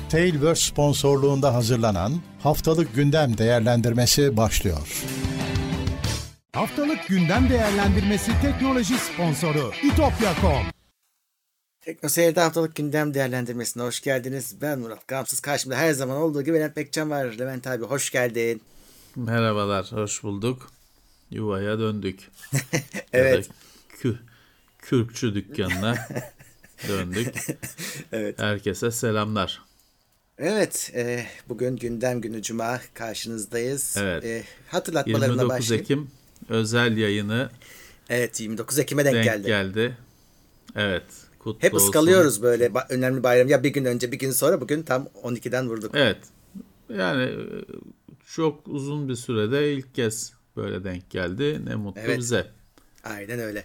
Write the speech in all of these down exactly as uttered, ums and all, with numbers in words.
Tailverse sponsorluğunda hazırlanan Haftalık Gündem Değerlendirmesi başlıyor. Haftalık Gündem Değerlendirmesi teknoloji sponsoru itopya nokta com. Teknoseyir'de Haftalık Gündem Değerlendirmesi'ne hoş geldiniz. Ben Murat Gamsız. Karşımda her zaman olduğu gibi Levent Bekcan var. Levent abi hoş geldin. Merhabalar, hoş bulduk. Yuvaya döndük. Evet. Kü, kürkçü dükkanına döndük. Evet. Herkese selamlar. Evet, e, bugün gündem günü Cuma karşınızdayız. Evet. E, hatırlatmalarına yirmi dokuz başlayayım. Ekim özel yayını Evet, yirmi dokuz Ekim'e denk, denk geldi. geldi. Evet, kutlu Hep olsun. ıskalıyoruz böyle ba- önemli bayram. Ya bir gün önce bir gün sonra, bugün tam on ikiden vurduk. Evet, yani çok uzun bir sürede ilk kez böyle denk geldi. Ne mutlu Evet. bize. Aynen öyle.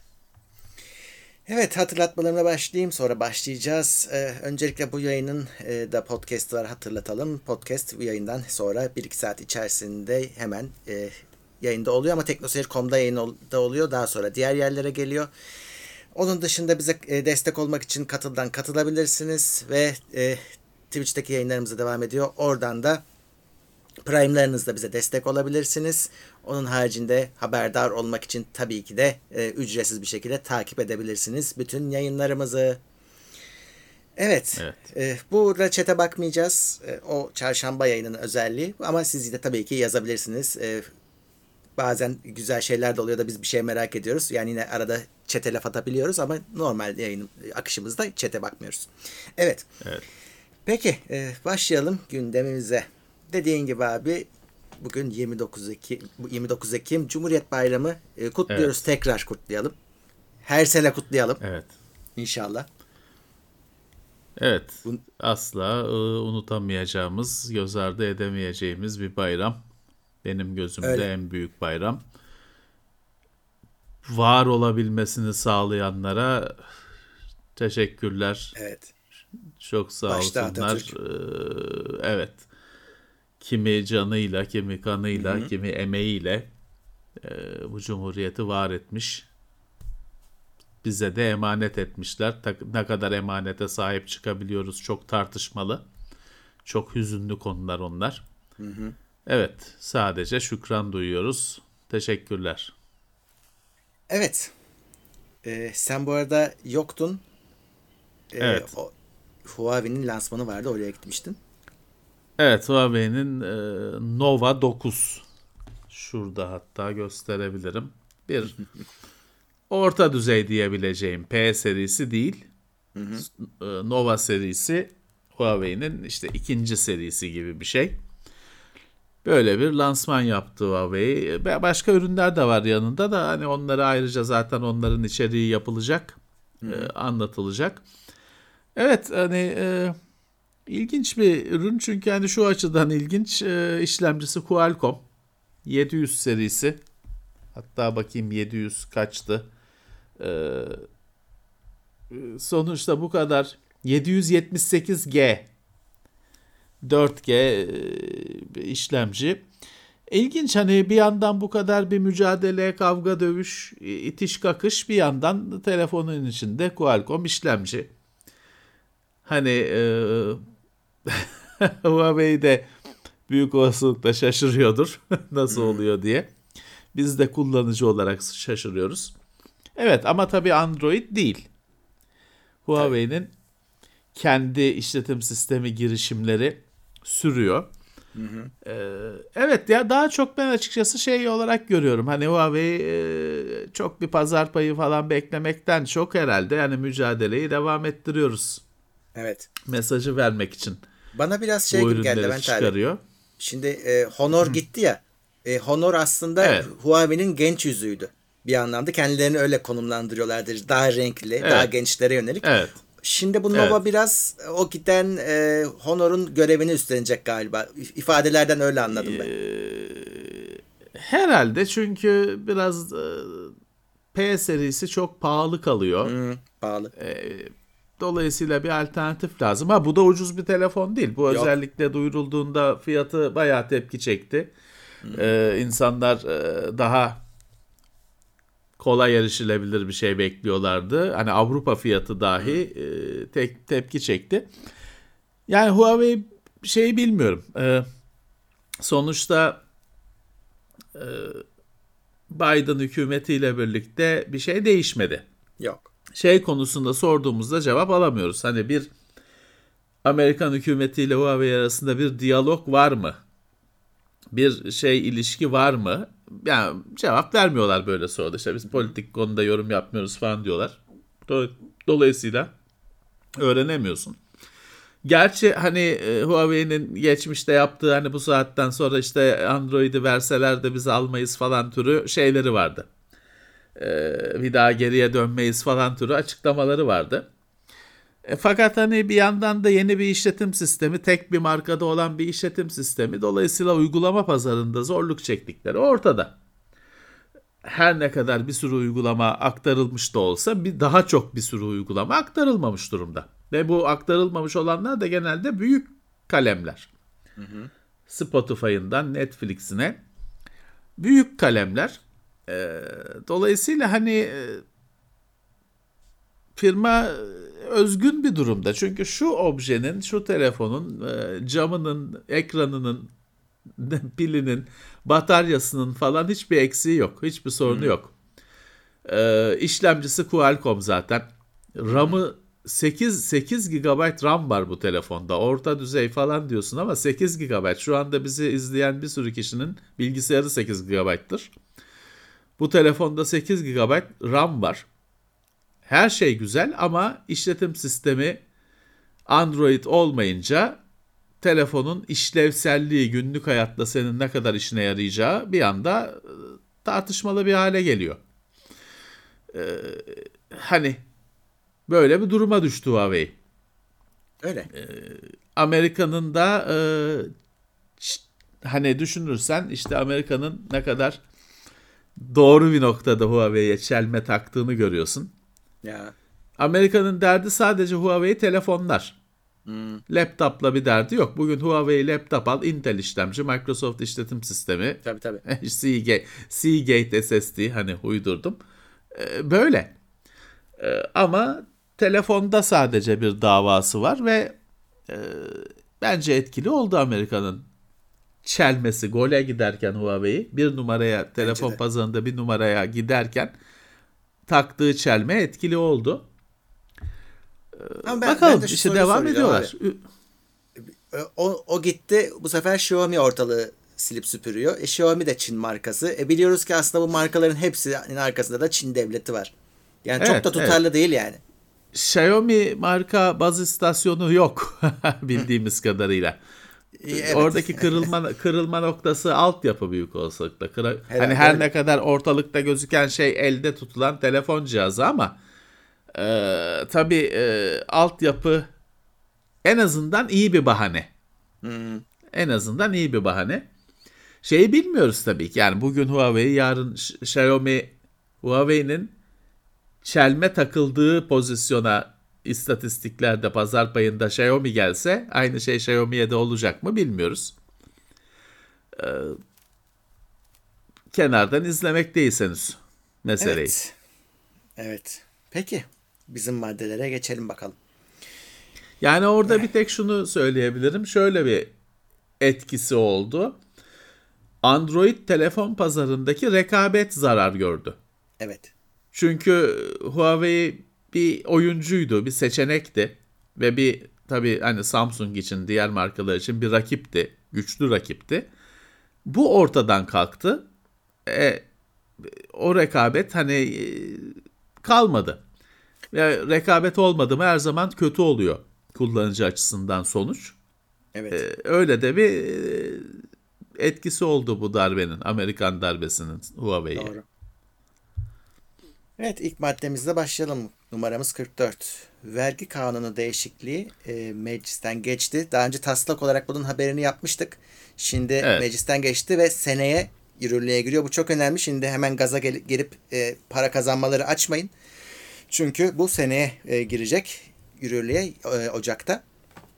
Evet, hatırlatmalarına başlayayım, sonra başlayacağız. Ee, öncelikle bu yayının e, da podcast var, hatırlatalım. Podcast bu yayından sonra bir iki saat içerisinde hemen e, yayında oluyor ama teknoseyir nokta com'da yayında oluyor. Daha sonra diğer yerlere geliyor. Onun dışında bize e, destek olmak için Katıl'dan katılabilirsiniz ve e, Twitch'teki yayınlarımıza devam ediyor. Oradan da Prime'larınızla bize destek olabilirsiniz. Onun haricinde haberdar olmak için tabii ki de e, ücretsiz bir şekilde takip edebilirsiniz bütün yayınlarımızı. Evet, Evet. E, burada chat'e bakmayacağız. E, o çarşamba yayının özelliği ama siz de tabii ki yazabilirsiniz. E, bazen güzel şeyler de oluyor da biz bir şey merak ediyoruz. Yani yine arada chat'e laf atabiliyoruz ama normal yayın akışımızda chat'e bakmıyoruz. Evet. Evet. Peki e, başlayalım gündemimize. Dediğin gibi abi bugün yirmi dokuz Ekim, yirmi dokuz Ekim Cumhuriyet Bayramı e, kutluyoruz. Evet. Tekrar kutlayalım. Her sene kutlayalım. Evet. İnşallah. Evet. Bu- Asla e, unutamayacağımız, göz ardı edemeyeceğimiz bir bayram. Benim gözümde Öyle. en büyük bayram. Var olabilmesini sağlayanlara teşekkürler. Evet. Çok sağ Başta olsunlar. Atatürk. Ee, evet. Kimi canıyla, kimi kanıyla, Hı hı. kimi emeğiyle e, bu cumhuriyeti var etmiş. Bize de emanet etmişler. Ta- Ne kadar emanete sahip çıkabiliyoruz çok tartışmalı. Çok hüzünlü konular onlar. Hı hı. Evet, sadece şükran duyuyoruz. Teşekkürler. Evet. E, sen bu arada yoktun. E, Evet. O, Huawei'nin lansmanı vardı. Oraya gitmiştin. Evet, Huawei'nin e, Nova dokuz. Şurada hatta gösterebilirim. Bir orta düzey diyebileceğim P serisi değil. Hı hı. E, Nova serisi Huawei'nin işte ikinci serisi gibi bir şey. Böyle bir lansman yaptı Huawei. Ve başka ürünler de var yanında da hani onları ayrıca zaten onların içeriği yapılacak, e, anlatılacak. Evet hani e, ilginç bir ürün çünkü hani şu açıdan ilginç, e, işlemcisi Qualcomm yedi yüz serisi. Hatta bakayım yedi yüz kaçtı. E, sonuçta bu kadar yedi yüz yetmiş sekiz G dört G e, işlemci. İlginç hani bir yandan bu kadar bir mücadele, kavga, dövüş, itiş kakış, bir yandan telefonun içinde Qualcomm işlemci. Hani e, Huawei de büyük olasılıkla şaşırıyordur nasıl oluyor diye. Biz de kullanıcı olarak şaşırıyoruz. Evet ama tabii Android değil. Huawei'nin kendi işletim sistemi girişimleri sürüyor. Hı hı. Ee, evet ya daha çok ben açıkçası şey olarak görüyorum. Hani Huawei e, çok bir pazar payı falan beklemekten çok herhalde yani mücadeleyi devam ettiriyoruz. Evet. Mesajı vermek için Bana biraz şey bu gibi geldi ürünleri Levent abi. çıkarıyor. Şimdi e, Honor gitti ya. E, Honor aslında Evet. Huawei'nin genç yüzüydü. Bir anlamda kendilerini öyle konumlandırıyorlardır. Daha renkli, Evet. daha gençlere yönelik. Evet. Şimdi bu Nova Evet. biraz o giden e, Honor'un görevini üstlenecek galiba. İfadelerden öyle anladım ben. Ee, herhalde çünkü biraz e, P serisi çok pahalı kalıyor. Hı, pahalı. Ee, dolayısıyla bir alternatif lazım. Ha bu da ucuz bir telefon değil. Bu Yok. özellikle duyurulduğunda fiyatı bayağı tepki çekti. Ee, insanlar e, daha kolay erişilebilir bir şey bekliyorlardı. Hani Avrupa fiyatı dahi e, tek tepki çekti. Yani Huawei şeyi bilmiyorum. Ee, sonuçta e, Biden hükümetiyle birlikte bir şey değişmedi. Yok. Şey konusunda sorduğumuzda cevap alamıyoruz. Hani bir Amerikan hükümetiyle Huawei arasında bir diyalog var mı? Bir şey ilişki var mı? Yani cevap vermiyorlar böyle soruda. İşte biz politik konuda yorum yapmıyoruz falan diyorlar. Dolayısıyla öğrenemiyorsun. Gerçi hani e, Huawei'nin geçmişte yaptığı hani bu saatten sonra işte Android'i verseler de biz almayız falan türü şeyleri vardı. Ee, bir daha geriye dönmeyiz falan türü açıklamaları vardı. E, fakat hani bir yandan da yeni bir işletim sistemi, tek bir markada olan bir işletim sistemi, dolayısıyla uygulama pazarında zorluk çektikleri ortada. Her ne kadar bir sürü uygulama aktarılmış da olsa bir daha çok bir sürü uygulama aktarılmamış durumda. Ve bu aktarılmamış olanlar da genelde büyük kalemler. Hı hı. Spotify'ından Netflix'ine büyük kalemler. E, dolayısıyla hani e, firma özgün bir durumda. Çünkü şu objenin, şu telefonun e, camının, ekranının, pilinin, bataryasının falan hiçbir eksiği yok. Hiçbir sorunu hmm. yok. E, işlemcisi Qualcomm zaten. RAM'ı sekiz, sekiz gigabayt RAM var bu telefonda. Orta düzey falan diyorsun ama sekiz gigabayt. Şu anda bizi izleyen bir sürü kişinin bilgisayarı sekiz gigabayttır. Bu telefonda sekiz gigabayt RAM var. Her şey güzel ama işletim sistemi Android olmayınca telefonun işlevselliği, günlük hayatta senin ne kadar işine yarayacağı bir anda tartışmalı bir hale geliyor. Ee, hani böyle bir duruma düştü Huawei. Öyle. Ee, Amerika'nın da e, hani düşünürsen işte Amerika'nın ne kadar doğru bir noktada Huawei'ye çelme taktığını görüyorsun. Ya. Amerika'nın derdi sadece Huawei telefonlar. Hmm. Laptopla bir derdi yok. Bugün Huawei laptop al, Intel işlemci, Microsoft işletim sistemi. Tabii tabii. Seagate, Seagate S S D hani uydurdum. Ee, böyle. Ee, ama telefonda sadece bir davası var ve e, bence etkili oldu Amerika'nın çelmesi, gole giderken Huawei bir numaraya, telefon pazarında bir numaraya giderken taktığı çelme etkili oldu. Ben, Bakalım ben de işte devam ediyorlar. O, o gitti, bu sefer Xiaomi ortalığı silip süpürüyor. E, Xiaomi de Çin markası. E, biliyoruz ki aslında bu markaların hepsinin arkasında da Çin devleti var. Yani evet, çok da tutarlı evet. değil yani. Xiaomi marka baz istasyonu yok bildiğimiz kadarıyla. Evet. Oradaki kırılma kırılma noktası altyapı büyük olasılıkla. Kıra, hani her ne kadar ortalıkta gözüken şey elde tutulan telefon cihazı ama e, tabii e, altyapı en azından iyi bir bahane. Hmm. En azından iyi bir bahane. Şeyi bilmiyoruz tabii ki. Yani bugün Huawei, yarın Xiaomi, Huawei'nin çelme takıldığı pozisyona istatistiklerde pazar payında Xiaomi gelse aynı şey Xiaomi'ye de olacak mı bilmiyoruz. Ee, kenardan izlemekteyiz henüz meseleyi. Evet. Evet. Peki bizim maddelere geçelim bakalım. Yani orada eh. bir tek şunu söyleyebilirim. Şöyle bir etkisi oldu. Android telefon pazarındaki rekabet zarar gördü. Evet. Çünkü Huawei bir oyuncuydu, bir seçenekti ve bir tabii hani Samsung için, diğer markalar için bir rakipti, güçlü rakipti. Bu ortadan kalktı. E, o rekabet hani e, kalmadı. Ve rekabet olmadı mı her zaman kötü oluyor kullanıcı açısından sonuç. Evet. E, öyle de bir e, etkisi oldu bu darbenin, Amerikan darbesinin Huawei'ye. Doğru. Evet, ilk maddemizle başlayalım. Numaramız kırk dört. Vergi kanunu değişikliği e, meclisten geçti. Daha önce taslak olarak bunun haberini yapmıştık. Şimdi evet. meclisten geçti ve seneye yürürlüğe giriyor. Bu çok önemli. Şimdi hemen gaza gel- gelip e, para kazanmaları açmayın. Çünkü bu seneye e, girecek yürürlüğe e, Ocak'ta.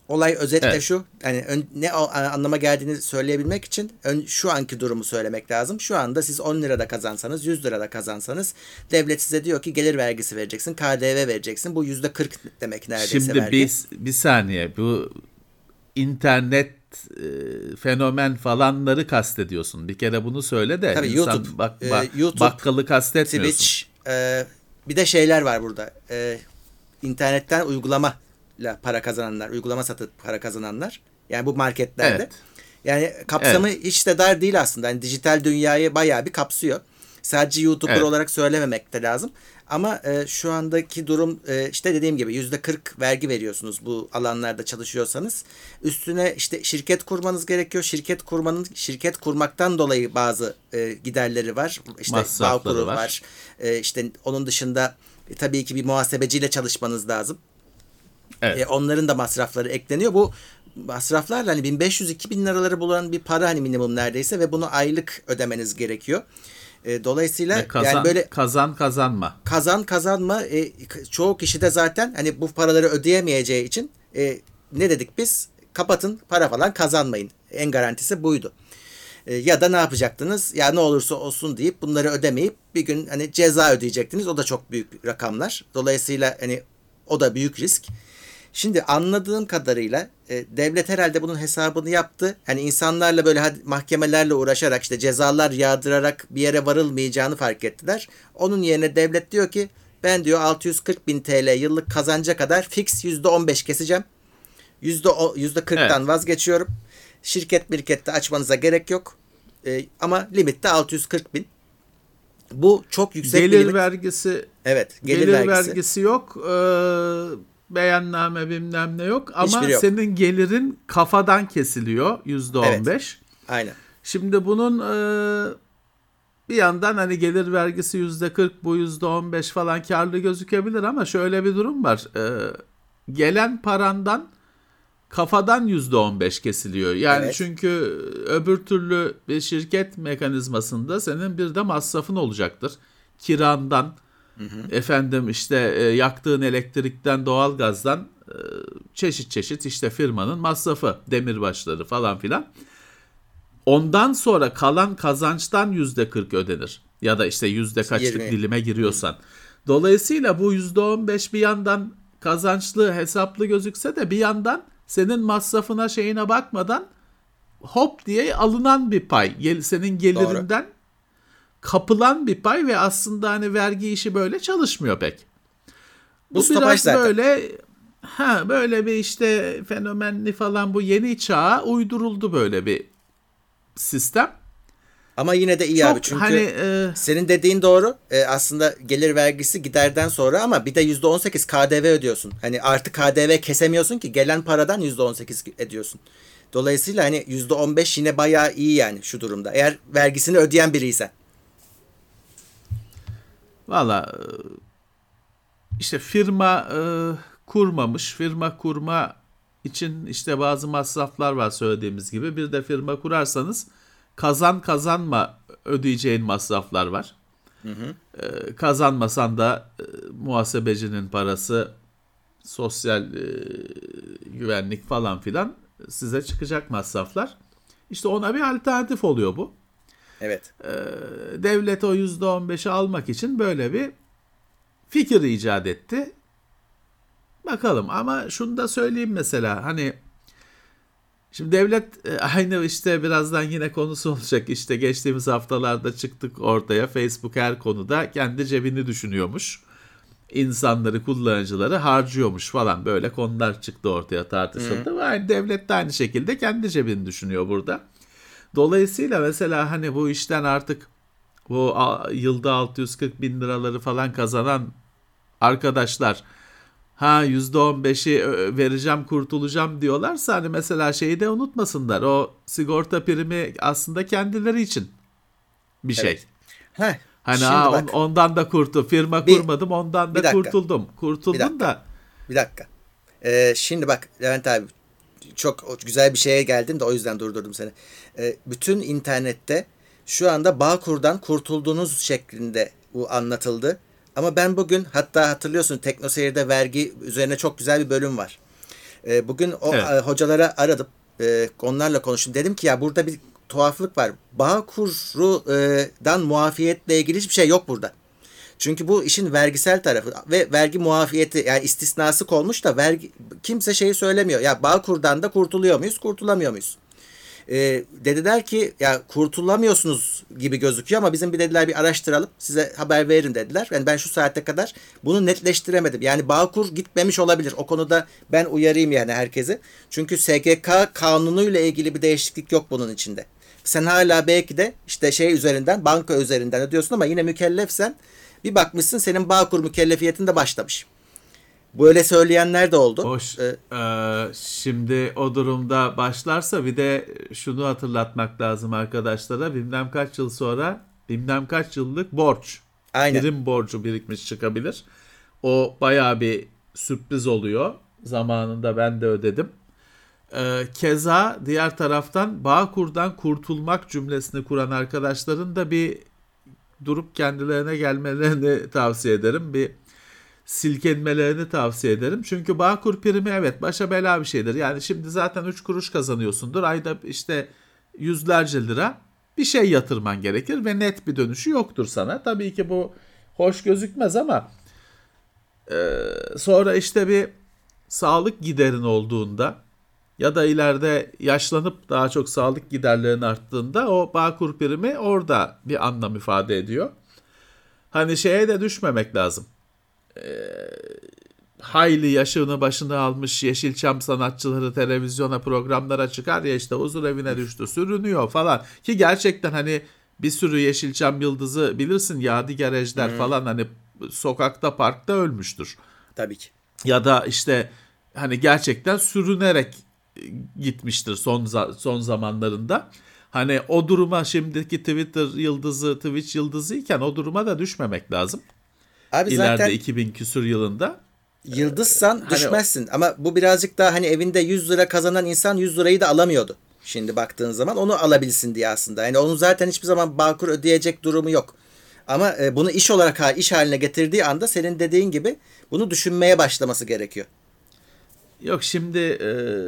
olay özetle Evet. şu. Yani ön, ne o- anlama geldiğini söyleyebilmek için ön, şu anki durumu söylemek lazım. Şu anda siz on lirada kazansanız, yüz lirada kazansanız devlet size diyor ki gelir vergisi vereceksin, K D V vereceksin. Bu yüzde kırk demek neredeyse Şimdi vergi. bir, bir saniye, bu internet e, fenomen falanları kastediyorsun. Bir kere bunu söyle de Tabii insan YouTube, bak, e, bak- YouTube, bakkalı kastetmiyorsun. Twitch, e, bir de şeyler var burada. E, internetten uygulama ile para kazananlar, uygulama satıp para kazananlar. Yani bu marketlerde. Evet. Yani kapsamı hiç de dar değil aslında. Yani dijital dünyayı bayağı bir kapsıyor. Sadece YouTuber Evet. olarak söylememek de lazım. Ama e, şu andaki durum e, işte dediğim gibi yüzde kırk vergi veriyorsunuz bu alanlarda çalışıyorsanız. Üstüne işte şirket kurmanız gerekiyor. Şirket kurmanın şirket kurmaktan dolayı bazı e, giderleri var. İşte Masrafları Bağkur var. var. E, işte onun dışında e, tabii ki bir muhasebeciyle çalışmanız lazım. Evet. E, onların da masrafları ekleniyor. Bu masraflarla hani bin beş yüz iki bin liraları bulan bir para hani minimum neredeyse ve bunu aylık ödemeniz gerekiyor. E, dolayısıyla Ve kazan, yani böyle kazan kazanma. kazan kazanma e, çoğu kişi de zaten hani bu paraları ödeyemeyeceği için e, ne dedik biz? Kapatın, para falan kazanmayın. En garantisi buydu. E, ya da ne yapacaktınız? Ya ne olursa olsun deyip bunları ödemeyip bir gün hani ceza ödeyecektiniz. O da çok büyük rakamlar. Dolayısıyla hani o da büyük risk. Şimdi anladığım kadarıyla e, devlet herhalde bunun hesabını yaptı. Hani insanlarla böyle hadi mahkemelerle uğraşarak işte cezalar yağdırarak bir yere varılmayacağını fark ettiler. Onun yerine devlet diyor ki ben diyor altı yüz kırk bin T L yıllık kazanca kadar fix yüzde on beş keseceğim. yüzde kırktan Evet. vazgeçiyorum. Şirket mirkette açmanıza gerek yok. E, ama limitte altı yüz kırk bin. Bu çok yüksek bir Gelir limit. vergisi Evet, gelir, gelir, vergisi. vergisi yok. Ee, beyanname bilmem ne yok. Ama Hiçbiri yok. senin gelirin kafadan kesiliyor yüzde on beş. Aynen. Şimdi bunun e, bir yandan hani gelir vergisi yüzde kırk, bu yüzde on beş falan karlı gözükebilir ama şöyle bir durum var. E, gelen parandan kafadan yüzde on beş kesiliyor. Yani Evet. çünkü öbür türlü bir şirket mekanizmasında senin bir de masrafın olacaktır. Kirandan, hı hı. efendim işte e, yaktığın elektrikten, doğalgazdan e, çeşit çeşit işte firmanın masrafı, demirbaşları falan filan. Ondan sonra kalan kazançtan yüzde kırk ödenir. Ya da işte yüzde kaçlık yirmi. dilime giriyorsan. Dolayısıyla bu yüzde on beş bir yandan kazançlı, hesaplı gözükse de bir yandan senin masrafına şeyine bakmadan hop diye alınan bir pay. Gel- Senin gelirinden Doğru. kapılan bir pay ve aslında hani vergi işi böyle çalışmıyor pek. Bu, Bu biraz zaten. böyle ha böyle bir işte fenomenli falan, bu yeni çağa uyduruldu böyle bir sistem. Ama yine de iyi Çok abi çünkü hani, e... senin dediğin doğru. E, aslında gelir vergisi giderden sonra ama bir de yüzde on sekiz K D V ödüyorsun. Hani artık K D V kesemiyorsun ki gelen paradan yüzde on sekiz ediyorsun. Dolayısıyla hani yüzde on beş yine bayağı iyi yani şu durumda. Eğer vergisini ödeyen biriysen. Valla işte firma e, kurmamış. Firma kurma için işte bazı masraflar var söylediğimiz gibi. Bir de firma kurarsanız kazan kazanma ödeyeceğin masraflar var. Hı hı. E, kazanmasan da e, muhasebecinin parası, sosyal e, güvenlik falan filan size çıkacak masraflar. İşte ona bir alternatif oluyor bu. Evet. E, devlet o yüzde on beşi almak için böyle bir fikir icat etti. Bakalım, ama şunu da söyleyeyim mesela, hani şimdi devlet aynı işte birazdan yine konusu olacak, işte geçtiğimiz haftalarda çıktık ortaya, Facebook her konuda kendi cebini düşünüyormuş. İnsanları, kullanıcıları harcıyormuş falan, böyle konular çıktı ortaya, tartışıldı. Hı. Ve aynı devlet de aynı şekilde kendi cebini düşünüyor burada. Dolayısıyla mesela hani bu işten artık bu yılda altı yüz kırk bin liraları falan kazanan arkadaşlar ha yüzde on beşi vereceğim kurtulacağım diyorlarsa hani mesela şeyi de unutmasınlar, o sigorta primi aslında kendileri için bir şey. Evet. Heh, hani ha, bak, ondan da kurtul, firma bir, kurmadım ondan da kurtuldum. Kurtuldum bir da. Bir dakika. Ee, şimdi bak Levent abi, çok güzel bir şeye geldin de o yüzden durdurdum seni. Ee, bütün internette şu anda Bağkur'dan kurtulduğunuz şeklinde bu anlatıldı. Ama ben bugün, hatta hatırlıyorsun Teknoseyir'de vergi üzerine çok güzel bir bölüm var. E, bugün o Evet. e, hocalara aradım. E, onlarla konuştum. Dedim ki ya burada bir tuhaflık var. Bağkur'dan muafiyetle ilgili hiçbir şey yok burada. Çünkü bu işin vergisel tarafı ve vergi muafiyeti, yani istisnası konmuş da vergi, kimse şeyi söylemiyor. Ya Bağkur'dan da kurtuluyor muyuz, kurtulamıyor muyuz? Ee, dediler ki ya kurtulamıyorsunuz gibi gözüküyor ama bizim bir dediler bir araştıralım, size haber verin dediler. Yani ben şu saate kadar bunu netleştiremedim. Yani Bağkur gitmemiş olabilir. O konuda ben uyarayım yani herkesi. Çünkü S G K kanunuyla ilgili bir değişiklik yok bunun içinde. Sen hala belki de işte şey üzerinden, banka üzerinden ödüyorsun ama yine mükellefsen bir bakmışsın senin Bağkur mükellefiyetin de başlamış. Böyle söyleyenler de oldu. Hoş. Ee, Ee, şimdi o durumda başlarsa bir de şunu hatırlatmak lazım arkadaşlara. Bilmem kaç yıl sonra bilmem kaç yıllık borç. Aynen. Prim borcu birikmiş çıkabilir. O bayağı bir sürpriz oluyor. Zamanında ben de ödedim. Ee, keza diğer taraftan Bağkur'dan kurtulmak cümlesini kuran arkadaşların da bir durup kendilerine gelmelerini tavsiye ederim. Bir silkenmelerini tavsiye ederim. Çünkü Bağkur primi evet başa bela bir şeydir. Yani şimdi zaten üç kuruş kazanıyorsundur. Ayda işte yüzlerce lira bir şey yatırman gerekir ve net bir dönüşü yoktur sana. Tabii ki bu hoş gözükmez ama e, sonra işte bir sağlık giderin olduğunda ya da ileride yaşlanıp daha çok sağlık giderlerin arttığında o Bağkur primi orada bir anlam ifade ediyor. Hani şeye de düşmemek lazım. Hayli yaşını başına almış Yeşilçam sanatçıları televizyona programlara çıkar ya işte huzur evine düştü sürünüyor falan ki gerçekten hani bir sürü Yeşilçam yıldızı bilirsin Yadigar Ejder hmm. falan hani sokakta parkta ölmüştür. Tabii ki. Ya da işte hani gerçekten sürünerek gitmiştir son son zamanlarında. Hani o duruma şimdiki Twitter yıldızı, Twitch yıldızı iken o duruma da düşmemek lazım. Abi İleride zaten iki bin küsur yılında yıldızsan hani düşmezsin o... ama bu birazcık daha hani evinde yüz lira kazanan insan yüz lirayı da alamıyordu. Şimdi baktığın zaman onu alabilsin diye aslında. Yani onun zaten hiçbir zaman Bağkur ödeyecek durumu yok. Ama e, bunu iş olarak iş haline getirdiği anda senin dediğin gibi bunu düşünmeye başlaması gerekiyor. Yok şimdi e,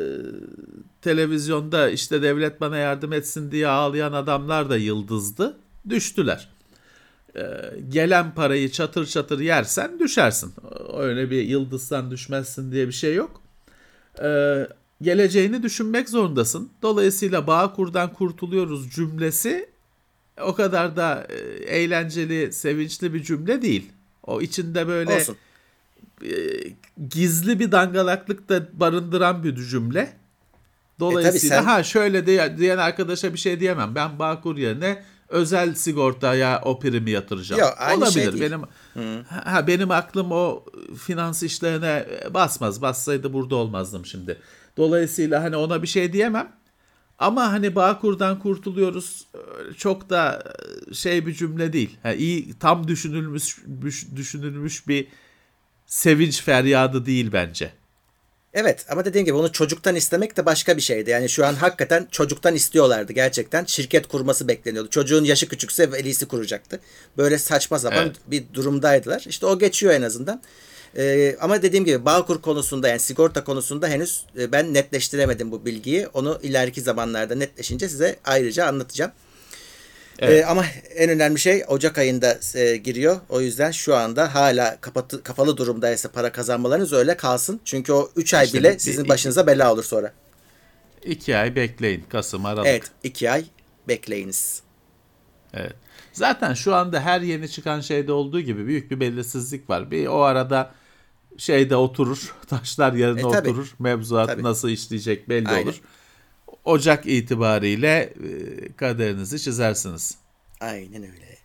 televizyonda işte devlet bana yardım etsin diye ağlayan adamlar da yıldızdı. Düştüler. E, gelen parayı çatır çatır yersen düşersin. Öyle bir yıldızsan düşmezsin diye bir şey yok. E, geleceğini düşünmek zorundasın. Dolayısıyla Bağkur'dan kurtuluyoruz cümlesi o kadar da e, eğlenceli, sevinçli bir cümle değil. O içinde böyle... Olsun. Gizli bir dangalaklık da barındıran bir cümle. Dolayısıyla e sen... ha şöyle de, diyen arkadaşa bir şey diyemem. Ben Bağkur yerine özel sigortaya o primi yatıracağım. Yok, aynı olabilir. Şey benim ha benim aklım o finans işlerine basmaz. Bassaydı burada olmazdım şimdi. Dolayısıyla hani ona bir şey diyemem. Ama hani Bağkur'dan kurtuluyoruz çok da şey bir cümle değil. Ha, iyi tam düşünülmüş düşünülmüş bir sevinç feryadı değil bence. Evet ama dediğim gibi onu çocuktan istemek de başka bir şeydi. Yani şu an hakikaten çocuktan istiyorlardı gerçekten. Şirket kurması bekleniyordu. Çocuğun yaşı küçükse velisi kuracaktı. Böyle saçma sapan evet. bir durumdaydılar. İşte o geçiyor en azından. Ee, ama dediğim gibi Bağkur konusunda yani sigorta konusunda henüz e, ben netleştiremedim bu bilgiyi. Onu ileriki zamanlarda netleşince size ayrıca anlatacağım. Evet. Ee, ama en önemli şey Ocak ayında e, giriyor. O yüzden şu anda hala kapatı, kapalı durumdaysa para kazanmalarınız öyle kalsın. Çünkü o üç ay işte bile sizin iki, başınıza bela olur sonra. iki ay bekleyin. Kasım, Aralık. Evet. iki ay bekleyiniz. Evet. Zaten şu anda her yeni çıkan şeyde olduğu gibi büyük bir belirsizlik var. Bir o arada şeyde oturur. Taşlar yerine e, oturur. Mevzuat tabii. Nasıl işleyecek belli Aynen. olur. Ocak itibariyle kaderinizi çizersiniz. Aynen öyle.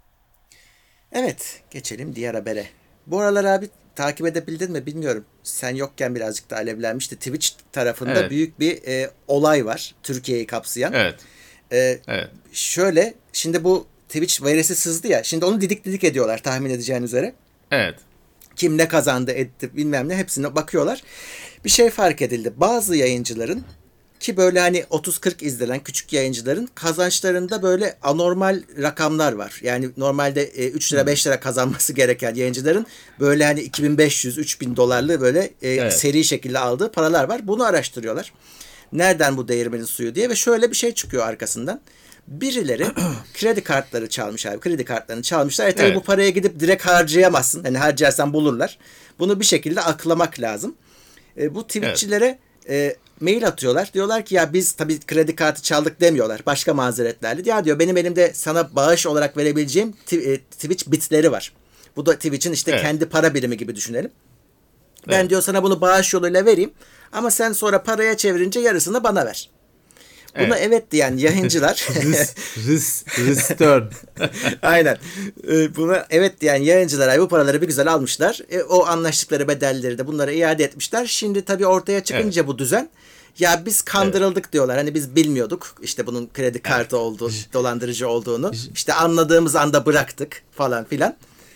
Evet, geçelim diğer habere. Bu aralar abi takip edebildin mi bilmiyorum. Sen yokken birazcık da alevlenmişti. Twitch tarafında evet. büyük bir e, olay var. Türkiye'yi kapsayan. Evet. E, evet. Şöyle, şimdi bu Twitch virüsü sızdı ya. Şimdi onu didik didik ediyorlar tahmin edeceğin üzere. Evet. Kim ne kazandı etti bilmem ne hepsine bakıyorlar. Bir şey fark edildi. Bazı yayıncıların Ki böyle hani otuz kırk izlenen küçük yayıncıların kazançlarında böyle anormal rakamlar var. Yani normalde e, üç lira beş lira kazanması gereken yayıncıların böyle hani iki bin beş yüz üç bin dolarlı böyle e, Evet. seri şekilde aldığı paralar var. Bunu araştırıyorlar. Nereden bu değirmenin suyu diye ve şöyle bir şey çıkıyor arkasından. Birileri kredi kartları çalmış abi. Kredi kartlarını çalmışlar. E tabii Evet. bu paraya gidip direkt harcayamazsın. Hani harcarsan bulurlar. Bunu bir şekilde aklamak lazım. E, bu Twitch'çilere e, mail atıyorlar. Diyorlar ki ya biz tabii kredi kartı çaldık demiyorlar. Başka mazeretlerle. Ya diyor benim elimde sana bağış olarak verebileceğim t- e, Twitch bitleri var. Bu da Twitch'in işte Evet. kendi para birimi gibi düşünelim. Ben Evet. diyor sana bunu bağış yoluyla vereyim. Ama sen sonra paraya çevirince yarısını bana ver. Buna evet, Evet. evet diyen yayıncılar Ris, ris, return. aynen. Ee, Buna evet diyen yayıncılar bu paraları bir güzel almışlar. E, o anlaştıkları bedelleri de bunlara iade etmişler. Şimdi tabii ortaya çıkınca bu düzen ya biz kandırıldık diyorlar. Hani biz bilmiyorduk işte bunun kredi kartı olduğu, dolandırıcı olduğunu. İşte anladığımız anda bıraktık falan filan.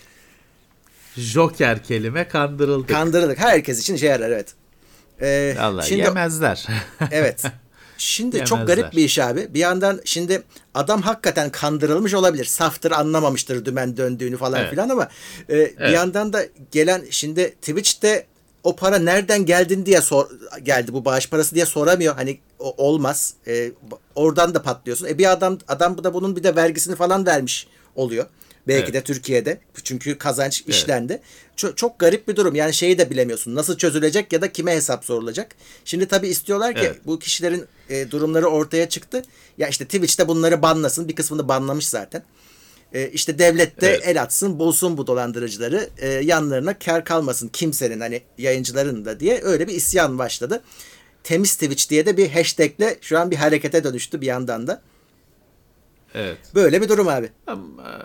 Joker kelime kandırıldık. Kandırıldık. Herkes için şey yarar evet. Ee, Allah şimdi yemezler. evet. Şimdi çok Yemezler. garip bir iş abi. Bir yandan şimdi adam hakikaten kandırılmış olabilir. Saftır, anlamamıştır dümen döndüğünü falan Evet. filan ama e, bir Evet. yandan da gelen şimdi Twitch'te o para nereden geldin diye sor, geldi bu bağış parası diye soramıyor. Hani o, olmaz. E, oradan da patlıyorsun. E bir adam adam da bunun bir de vergisini falan vermiş oluyor. Belki Evet. de Türkiye'de. Çünkü kazanç işlendi. Çok, çok garip bir durum. Yani şeyi de bilemiyorsun. Nasıl çözülecek ya da kime hesap sorulacak. Şimdi tabii istiyorlar ki Evet. bu kişilerin e, durumları ortaya çıktı. Ya işte Twitch'te bunları banlasın. Bir kısmını banlamış zaten. E, işte devlet de Evet. el atsın, bulsun bu dolandırıcıları. E, yanlarına kar kalmasın kimsenin hani yayıncıların da diye öyle bir isyan başladı. Temiz Twitch diye de bir hashtagle şu an bir harekete dönüştü bir yandan da. Evet. Böyle bir durum abi. Ama,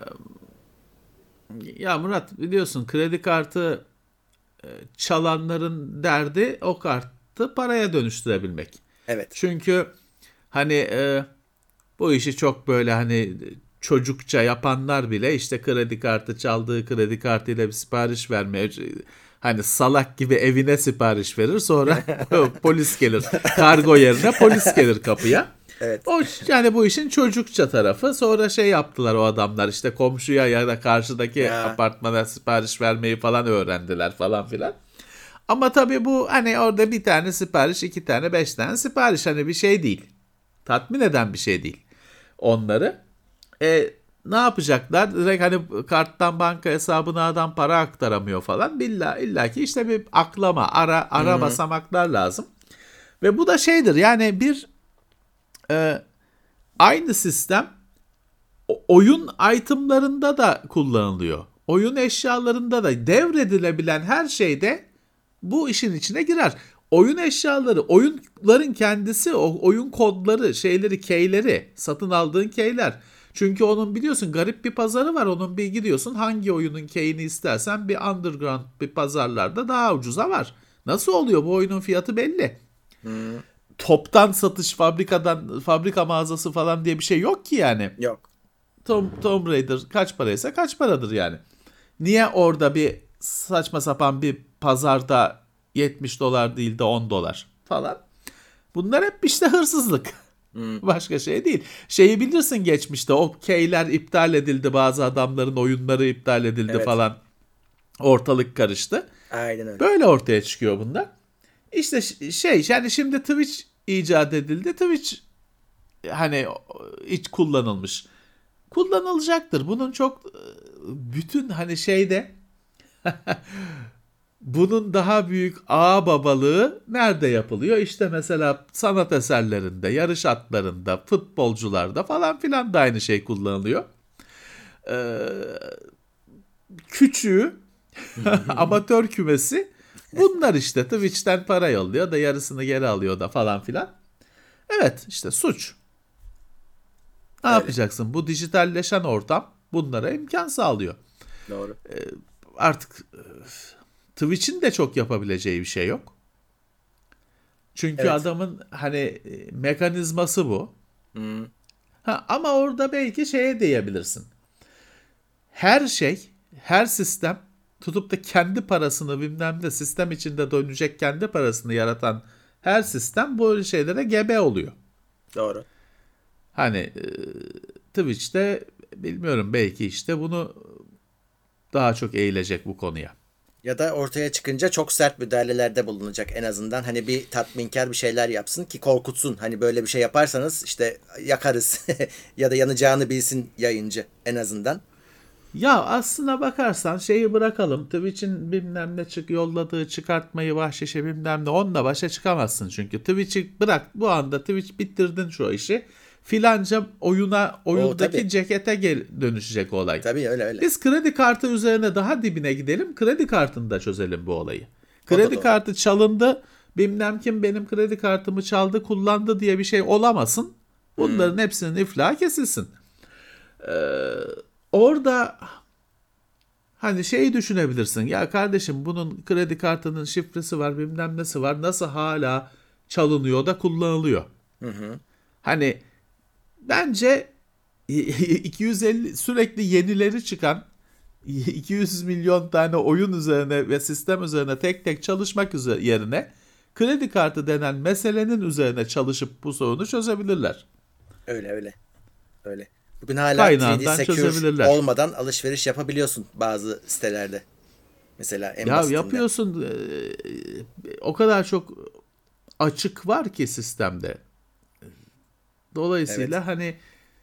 ya Murat biliyorsun kredi kartı e, çalanların derdi o kartı paraya dönüştürebilmek. Evet. Çünkü hani e, bu işi çok böyle hani çocukça yapanlar bile işte kredi kartı çaldığı kredi kartıyla bir sipariş vermeye hani salak gibi evine sipariş verir sonra polis gelir. Kargo yerine polis gelir kapıya. Evet. O yani bu işin çocukça tarafı. Sonra şey yaptılar o adamlar işte komşuya ya da karşıdaki Ya. apartmana sipariş vermeyi falan öğrendiler falan filan. Ama tabii bu hani orada bir tane sipariş, iki tane, beş tane sipariş hani bir şey değil. Tatmin eden bir şey değil onları. E, ne yapacaklar? Direkt hani karttan banka hesabına adam para aktaramıyor falan. Billa illa ki işte bir aklama, ara ara Hı-hı. basamaklar lazım. Ve bu da şeydir yani bir e, aynı sistem oyun itemlarında da kullanılıyor. Oyun eşyalarında da devredilebilen her şeyde bu işin içine girer. Oyun eşyaları, oyunların kendisi, o oyun kodları, şeyleri, keyleri, satın aldığın keyler. Çünkü onun biliyorsun garip bir pazarı var. Onun bir gidiyorsun hangi oyunun keyini istersen bir underground bir pazarlarda daha ucuza var. Nasıl oluyor? Bu oyunun fiyatı belli. Hmm. Toptan satış, fabrikadan fabrika mağazası falan diye bir şey yok ki yani. Yok. Tom, Tomb Raider kaç paraysa kaç paradır yani. Niye orada bir saçma sapan bir pazarda yetmiş dolar değil de on dolar falan. Bunlar hep işte hırsızlık. Hmm. Başka şey değil. Şeyi bilirsin geçmişte o keyler iptal edildi, bazı adamların oyunları iptal edildi evet. falan. Ortalık karıştı. Aynen öyle. Böyle ortaya çıkıyor bunlar. İşte şey yani şimdi Twitch icat edildi. Twitch hani hiç kullanılmış. Kullanılacaktır. Bunun çok bütün hani şeyde bunun daha büyük ağ babalığı nerede yapılıyor? İşte mesela sanat eserlerinde, yarış atlarında, futbolcularda falan filan da aynı şey kullanılıyor. Ee, küçüğü amatör kümesi bunlar işte Twitch'ten para yolluyor da yarısını geri alıyor da falan filan. Evet işte suç. Ne Öyle. yapacaksın? Bu dijitalleşen ortam bunlara imkan sağlıyor. Doğru. Ee, artık Twitch'in de çok yapabileceği bir şey yok. Çünkü evet. adamın hani mekanizması bu. Hmm. Ha, ama orada belki şeye diyebilirsin. Her şey, her sistem tutup da kendi parasını bilmem de sistem içinde dönecek kendi parasını yaratan her sistem böyle şeylere gebe oluyor. Doğru. Hani e, Twitch'te bilmiyorum, belki işte bunu daha çok eğilecek bu konuya. Ya da ortaya çıkınca çok sert müdahalelerde bulunacak en azından. Hani bir tatminkar bir şeyler yapsın ki korkutsun. Hani böyle bir şey yaparsanız işte yakarız ya da yanacağını bilsin yayıncı en azından. Ya aslına bakarsan şeyi bırakalım. Twitch'in bilmem ne çık yolladığı çıkartmayı, bahşişi bilmem ne, onunla başa çıkamazsın çünkü. Twitch'i bırak, bu anda Twitch bitirdin şu işi. Filanca oyuna, oyundaki O, cekete gel, dönüşecek olay. Tabii öyle öyle. Biz kredi kartı üzerine daha dibine gidelim. Kredi kartını da çözelim bu olayı. Kredi kartı çalındı. Bilmem kim benim kredi kartımı çaldı, kullandı diye bir şey olamasın. Bunların hmm. hepsinin iflahı kesilsin. Ee, orada hani şeyi düşünebilirsin. Ya kardeşim, bunun kredi kartının şifresi var, bilmem nesi var. Nasıl hala çalınıyor da kullanılıyor? Hı hı. Hani bence iki yüz elli sürekli yenileri çıkan iki yüz milyon tane oyun üzerine ve sistem üzerine tek tek çalışmak üzere yerine kredi kartı denen meselenin üzerine çalışıp bu sorunu çözebilirler. Öyle öyle. Öyle. Bugün hala üç D Secure olmadan alışveriş yapabiliyorsun bazı sitelerde. Mesela en ya basitinden. Yapıyorsun. O kadar çok açık var ki sistemde. Dolayısıyla evet. Hani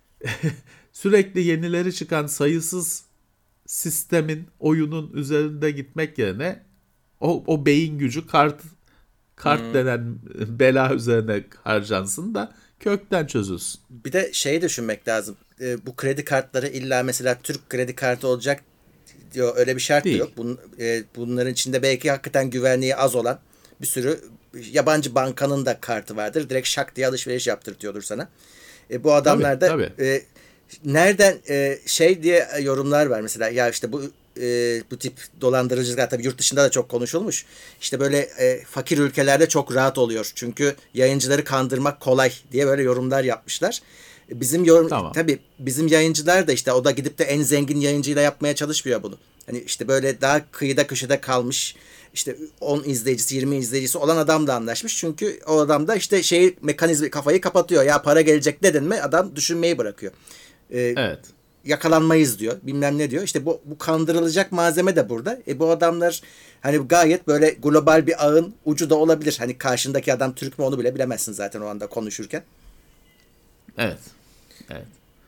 sürekli yenileri çıkan sayısız sistemin, oyunun üzerinde gitmek yerine o, o beyin gücü kart kart hmm. denen bela üzerine harcansın da kökten çözülsün. Bir de şeyi düşünmek lazım. E, bu kredi kartları illa mesela Türk kredi kartı olacak diyor, öyle bir şart Değil. yok. Bun, e, bunların içinde belki hakikaten güvenliği az olan bir sürü yabancı bankanın da kartı vardır. Direkt şak diye alışveriş yaptırtıyordur sana. E, bu adamlar da tabii, tabii. E, nereden e, şey diye yorumlar var mesela, ya işte bu e, bu tip dolandırıcılıklar tabii yurt dışında da çok konuşulmuş. İşte böyle e, fakir ülkelerde çok rahat oluyor. Çünkü yayıncıları kandırmak kolay diye böyle yorumlar yapmışlar. Bizim yorum tamam. Tabii bizim yayıncılar da işte o da gidip de en zengin yayıncıyla yapmaya çalışmıyor bunu. Hani işte böyle daha kıyıda köşede kalmış, işte on izleyicisi yirmi izleyicisi olan adamla anlaşmış. Çünkü o adam da işte şey mekanizma kafayı kapatıyor. Ya para gelecek dedin mi adam düşünmeyi bırakıyor. Ee, evet. Yakalanmayız diyor. Bilmem ne diyor. İşte bu, bu kandırılacak malzeme de burada. E bu adamlar hani gayet böyle global bir ağın ucu da olabilir. Hani karşındaki adam Türk mü onu bile bilemezsin zaten o anda konuşurken. Evet. Evet.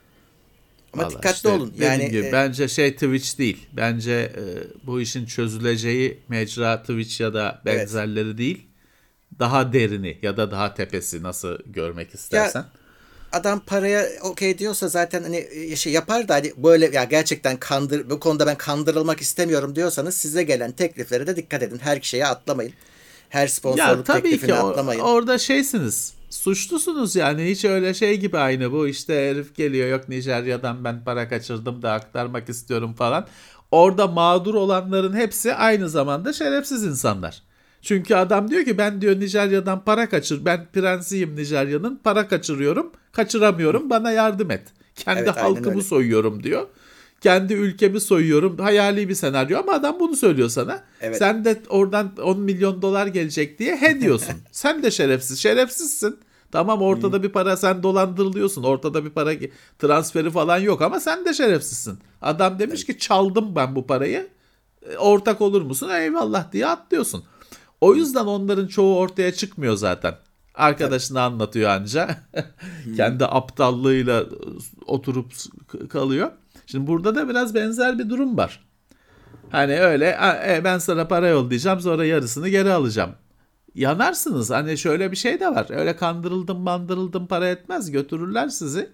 Ama vallahi dikkatli işte olun. Yani gibi, e, bence şey Twitch değil. Bence e, bu işin çözüleceği mecra Twitch ya da benzerleri evet. değil. Daha derini ya da daha tepesi, nasıl görmek istersen. Ya, adam paraya okey diyorsa zaten hani şey yapar da hani böyle ya gerçekten kandır, bu konuda ben kandırılmak istemiyorum diyorsanız size gelen tekliflere de dikkat edin. Her şeye atlamayın. Her sponsorluk teklifine or- atlamayın. Orada şeysiniz. Suçlusunuz yani, hiç öyle şey gibi aynı bu işte herif geliyor, yok Nijerya'dan ben para kaçırdım da aktarmak istiyorum falan. Orada mağdur olanların hepsi aynı zamanda şerefsiz insanlar. Çünkü adam diyor ki ben diyor Nijerya'dan para kaçır, ben prensiyim Nijerya'nın, para kaçırıyorum, kaçıramıyorum, bana yardım et. Kendi evet, halkımı soyuyorum diyor. Kendi ülkemi soyuyorum. Hayali bir senaryo ama adam bunu söylüyor sana. Evet. Sen de oradan on milyon dolar gelecek diye he diyorsun. Sen de şerefsiz. Şerefsizsin. Tamam, ortada hmm. bir para, sen dolandırılıyorsun. Ortada bir para transferi falan yok ama sen de şerefsizsin. Adam demiş evet. ki çaldım ben bu parayı. Ortak olur musun? Eyvallah diye atlıyorsun. O yüzden onların çoğu ortaya çıkmıyor zaten. Arkadaşına evet. anlatıyor anca. Kendi aptallığıyla oturup kalıyor. Şimdi burada da biraz benzer bir durum var. Hani öyle e, ben sana para yollayacağım, sonra yarısını geri alacağım. Yanarsınız. Hani şöyle bir şey de var. Öyle kandırıldım mandırıldım para etmez, götürürler sizi.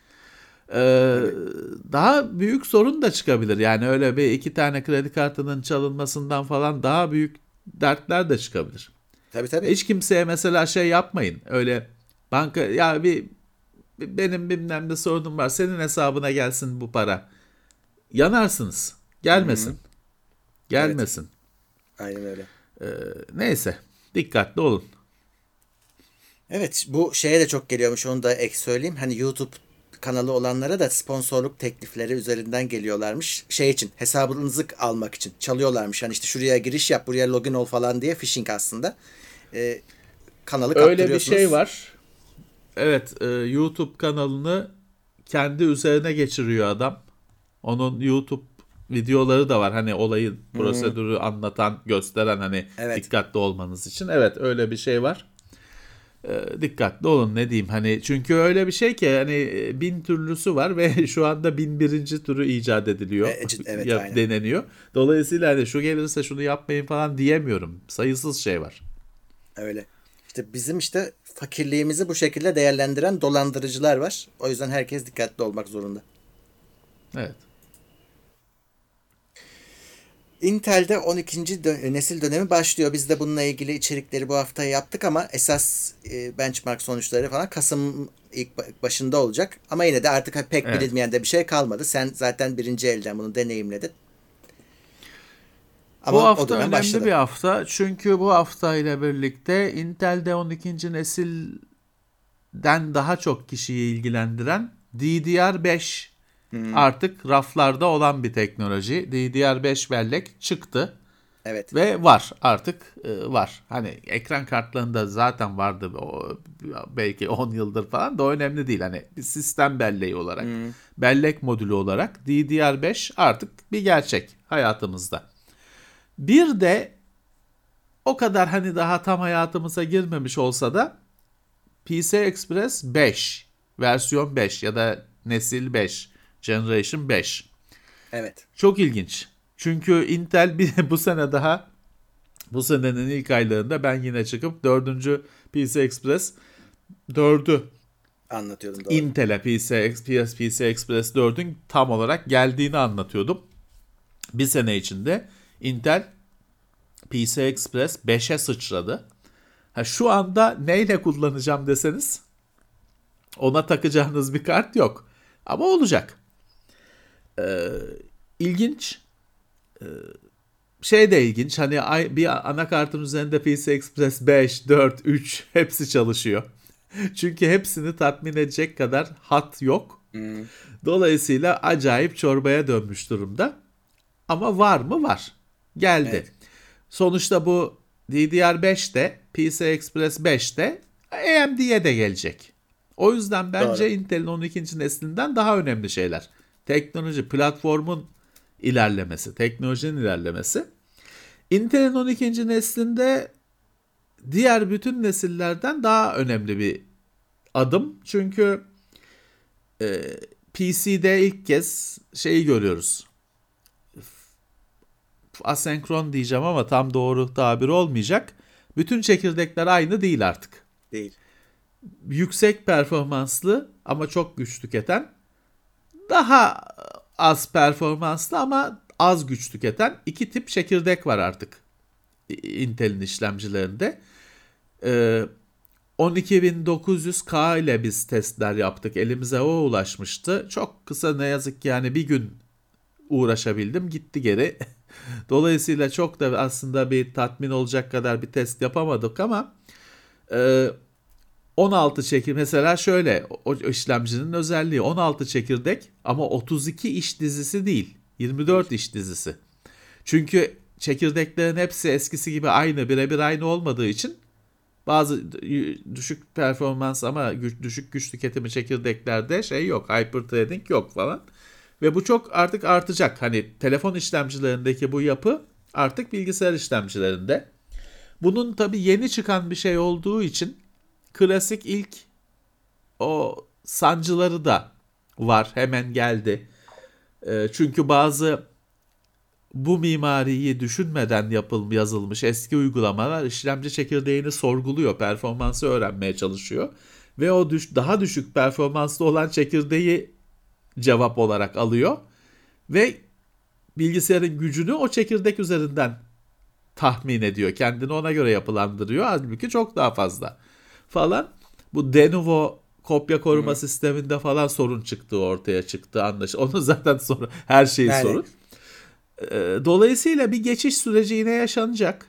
Ee, evet. Daha büyük sorun da çıkabilir. Yani öyle bir iki tane kredi kartının çalınmasından falan daha büyük dertler de çıkabilir. Tabii tabii. Hiç kimseye mesela şey yapmayın. Öyle banka ya bir benim bilmem ne sorunum var, senin hesabına gelsin bu para. Yanarsınız. Gelmesin. Hı-hı. Gelmesin. Evet. Aynen öyle. Ee, neyse. Dikkatli olun. Evet, bu şeye de çok geliyormuş, onu da ek söyleyeyim. Hani YouTube kanalı olanlara da sponsorluk teklifleri üzerinden geliyorlarmış. Şey için, hesabınızı almak için çalıyorlarmış. Hani işte şuraya giriş yap, buraya login ol falan diye, phishing aslında. Ee, kanalı Öyle bir kaptırıyorsunuz. şey var. Evet, e, YouTube kanalını kendi üzerine geçiriyor adam. Onun YouTube videoları da var. Hani olayı, prosedürü anlatan, gösteren, hani Evet. dikkatli olmanız için. Evet, öyle bir şey var. E, dikkatli olun, ne diyeyim. Hani çünkü öyle bir şey ki hani bin türlüsü var ve şu anda bin birinci türü icat ediliyor. E, evet, yap, aynen. deneniyor. Dolayısıyla hani şu gelirse şunu yapmayın falan diyemiyorum. Sayısız şey var. Öyle. İşte bizim işte fakirliğimizi bu şekilde değerlendiren dolandırıcılar var. O yüzden herkes dikkatli olmak zorunda. Evet. Intel'de on ikinci dö- nesil dönemi başlıyor. Biz de bununla ilgili içerikleri bu hafta yaptık ama esas e, benchmark sonuçları falan Kasım ilk ba- başında olacak. Ama yine de artık pek Evet. bilinmeyen de bir şey kalmadı. Sen zaten birinci elden bunu deneyimledin. Ama Bu o hafta dönem önemli başladı. bir hafta çünkü bu hafta ile birlikte Intel'de on ikinci nesilden daha çok kişiyi ilgilendiren D D R beş artık raflarda olan bir teknoloji. D D R beş bellek çıktı Evet. ve var, artık e, var. Hani ekran kartlarında zaten vardı o, belki on yıldır falan da, o önemli değil. Hani bir sistem belleği olarak, bellek modülü olarak D D R beş artık bir gerçek hayatımızda. Bir de o kadar hani daha tam hayatımıza girmemiş olsa da P C Express beş, versiyon beş ya da nesil beş, Generation beş. Evet. Çok ilginç. Çünkü Intel bir, bu sene daha, bu senenin ilk aylarında ben yine çıkıp dördüncü P C Express dördü Anlatıyordum doğru. Intel'e P C, P C Express dördün tam olarak geldiğini anlatıyordum. Bir sene içinde Intel P C Express beşe sıçradı. Ha, şu anda neyle kullanacağım deseniz ona takacağınız bir kart yok. Ama olacak. Ee, ilginç. Ee, şey de ilginç. Hani bir anakartın üzerinde P C Express beş, dört, üç hepsi çalışıyor. Çünkü hepsini tatmin edecek kadar hat yok. Hmm. Dolayısıyla acayip çorbaya dönmüş durumda. Ama var mı? Var. Geldi. Evet. Sonuçta bu D D R beşte, P C Express beşte A M D'ye de gelecek. O yüzden bence Doğru. Intel'in on ikinci neslinden daha önemli şeyler. Teknoloji, platformun ilerlemesi, teknolojinin ilerlemesi. Intel'in on ikinci neslinde diğer bütün nesillerden daha önemli bir adım. Çünkü e, P C'de ilk kez şeyi görüyoruz. Asenkron diyeceğim ama tam doğru tabir olmayacak. Bütün çekirdekler aynı değil artık. Değil. Yüksek performanslı ama çok güç tüketen, daha az performanslı ama az güç tüketen iki tip çekirdek var artık Intel'in işlemcilerinde. Ee, on iki bin dokuz yüz K ile biz testler yaptık. Elimize o ulaşmıştı. Çok kısa, ne yazık ki yani bir gün uğraşabildim, gitti geri. Dolayısıyla çok da aslında bir tatmin olacak kadar bir test yapamadık ama e, on altı çekirdek mesela, şöyle o işlemcinin özelliği on altı çekirdek ama otuz iki iş dizisi değil, yirmi dört iş dizisi. Çünkü çekirdeklerin hepsi eskisi gibi aynı, birebir aynı olmadığı için bazı düşük performans ama güç, düşük güç tüketimi çekirdeklerde şey yok, hyperthreading yok falan. Ve bu çok artık artacak. Hani telefon işlemcilerindeki bu yapı artık bilgisayar işlemcilerinde. Bunun tabii yeni çıkan bir şey olduğu için klasik ilk o sancıları da var. Hemen geldi. E, çünkü bazı bu mimariyi düşünmeden yapılmış, yazılmış eski uygulamalar işlemci çekirdeğini sorguluyor. Performansı öğrenmeye çalışıyor. Ve o düş, daha düşük performanslı olan çekirdeği cevap olarak alıyor ve bilgisayarın gücünü o çekirdek üzerinden tahmin ediyor. Kendini ona göre yapılandırıyor. Halbuki çok daha fazla falan. Bu de novo kopya koruma hmm. sisteminde falan sorun çıktığı ortaya çıktı, anlaşılan. Onu zaten sorun, her şey yani. sorun. Dolayısıyla bir geçiş süreci yine yaşanacak.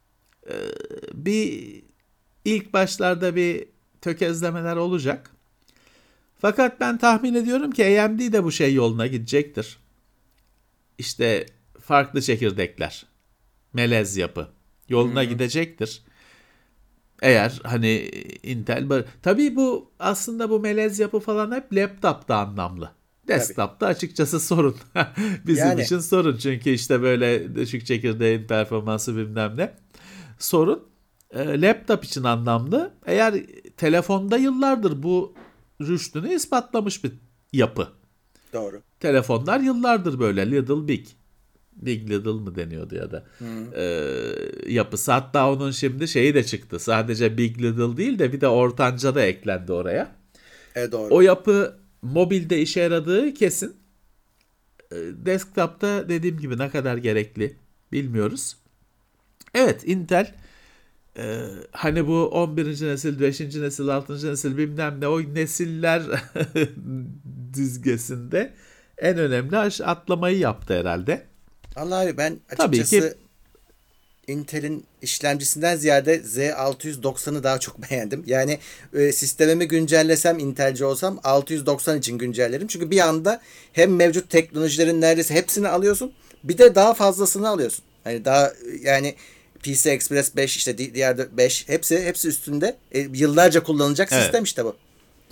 Bir ilk başlarda bir tökezlemeler olacak. Fakat ben tahmin ediyorum ki A M D de bu şey yoluna gidecektir. İşte farklı çekirdekler, melez yapı yoluna hmm. gidecektir. Eğer hani Intel... Tabii bu aslında bu melez yapı falan hep laptopta anlamlı. Desktop'ta açıkçası sorun. Bizim yani. için sorun. Çünkü işte böyle düşük çekirdeğin performansı bilmem ne. Sorun. E, laptop için anlamlı. Eğer telefonda yıllardır bu rüştünü ispatlamış bir yapı. Doğru. Telefonlar yıllardır böyle little big. Big little mı deniyordu ya da e, yapısı. Hatta onun şimdi şeyi de çıktı. Sadece big little değil de bir de ortanca da eklendi oraya. E, doğru. O yapı mobilde işe yaradığı kesin. E, desktop'ta dediğim gibi ne kadar gerekli bilmiyoruz. Evet, Intel e, hani bu on birinci nesil, beşinci nesil, altıncı nesil bilmem ne o nesiller dizgesinde en önemli atlamayı yaptı herhalde. Vallahi ben açıkçası Intel'in işlemcisinden ziyade Z altı yüz doksanı daha çok beğendim. Yani e, sistemimi güncellesem, Intel'ci olsam altı yüz doksan için güncellerim. Çünkü bir anda hem mevcut teknolojilerin neredeyse hepsini alıyorsun, bir de daha fazlasını alıyorsun. Hani daha yani P C Express beş, işte D D R beş hepsi hepsi üstünde. E, yıllarca kullanılacak evet. sistem işte bu.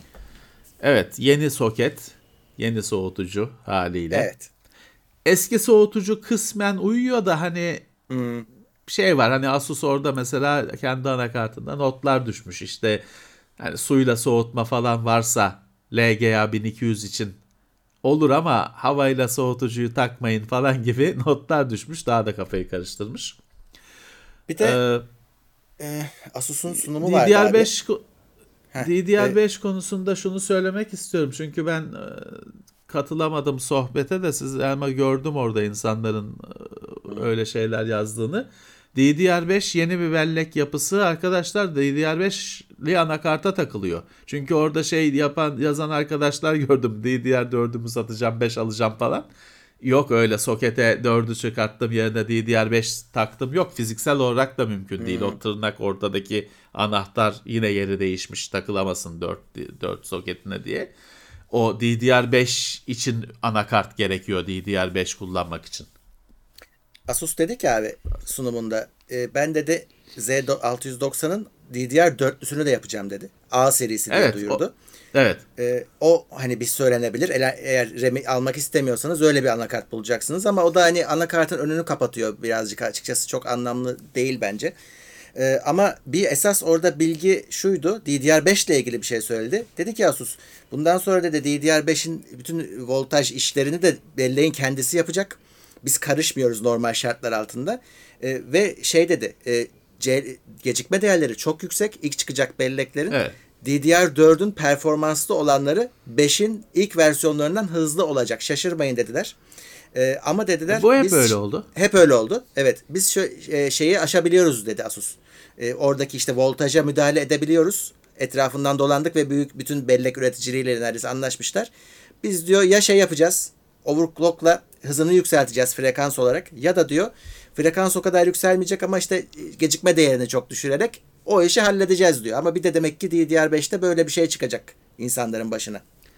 Evet, yeni soket, yeni soğutucu haliyle. Evet. Eski soğutucu kısmen uyuyor da hani Hmm. şey var, hani Asus orada mesela kendi anakartında notlar düşmüş işte, hani suyla soğutma falan varsa L G A bin iki yüz için olur ama havayla soğutucuyu takmayın falan gibi notlar düşmüş, daha da kafayı karıştırmış. Bir de ee, e, Asus'un sunumu var. D D R beş abi. D D R beş e, konusunda şunu söylemek istiyorum çünkü ben e, katılamadım sohbete de, siz ama gördüm orada insanların öyle şeyler yazdığını. D D R beş yeni bir bellek yapısı arkadaşlar, D D R beşli anakarta takılıyor. Çünkü orada şey yapan yazan arkadaşlar gördüm. D D R dördümü satacağım, beş alacağım falan. Yok öyle sokete dördü çıkarttım yerine D D R beş taktım. Yok, fiziksel olarak da mümkün hmm. değil. O tırnak ortadaki anahtar yine yeri değişmiş, takılamasın dört soketine diye. O D D R beş için anakart gerekiyor, D D R beş kullanmak için. Asus dedi ki abi sunumunda e, ben dedi Z altı yüz doksanın D D R dörtlüsünü de yapacağım dedi. A serisi diye evet, duyurdu. O, evet. E, o hani bir söylenebilir. Eğer, eğer R A M'i almak istemiyorsanız öyle bir anakart bulacaksınız ama o da hani anakartın önünü kapatıyor birazcık, açıkçası çok anlamlı değil bence. Ee, ama bir esas orada bilgi şuydu. D D R beş ile ilgili bir şey söyledi. Dedi ki Asus, bundan sonra dedi D D R beşin bütün voltaj işlerini de belleğin kendisi yapacak. Biz karışmıyoruz normal şartlar altında. Ee, ve şey dedi, e, C, gecikme değerleri çok yüksek. İlk çıkacak belleklerin. Evet. D D R dördün performanslı olanları beşin ilk versiyonlarından hızlı olacak. Şaşırmayın dediler. Ee, ama dediler... Bu hep biz, öyle oldu. Hep öyle oldu. Evet. Biz şu, e, şeyi aşabiliyoruz dedi Asus. E, oradaki işte voltaja müdahale edebiliyoruz. Etrafından dolandık ve büyük bütün bellek üreticileriyle neredeyse anlaşmışlar. Biz diyor ya şey yapacağız, overclock'la hızını yükselteceğiz frekans olarak, ya da diyor frekans o kadar yükselmeyecek ama işte gecikme değerini çok düşürerek o işi halledeceğiz diyor. Ama bir de demek ki D D R beşte böyle bir şey çıkacak insanların başına.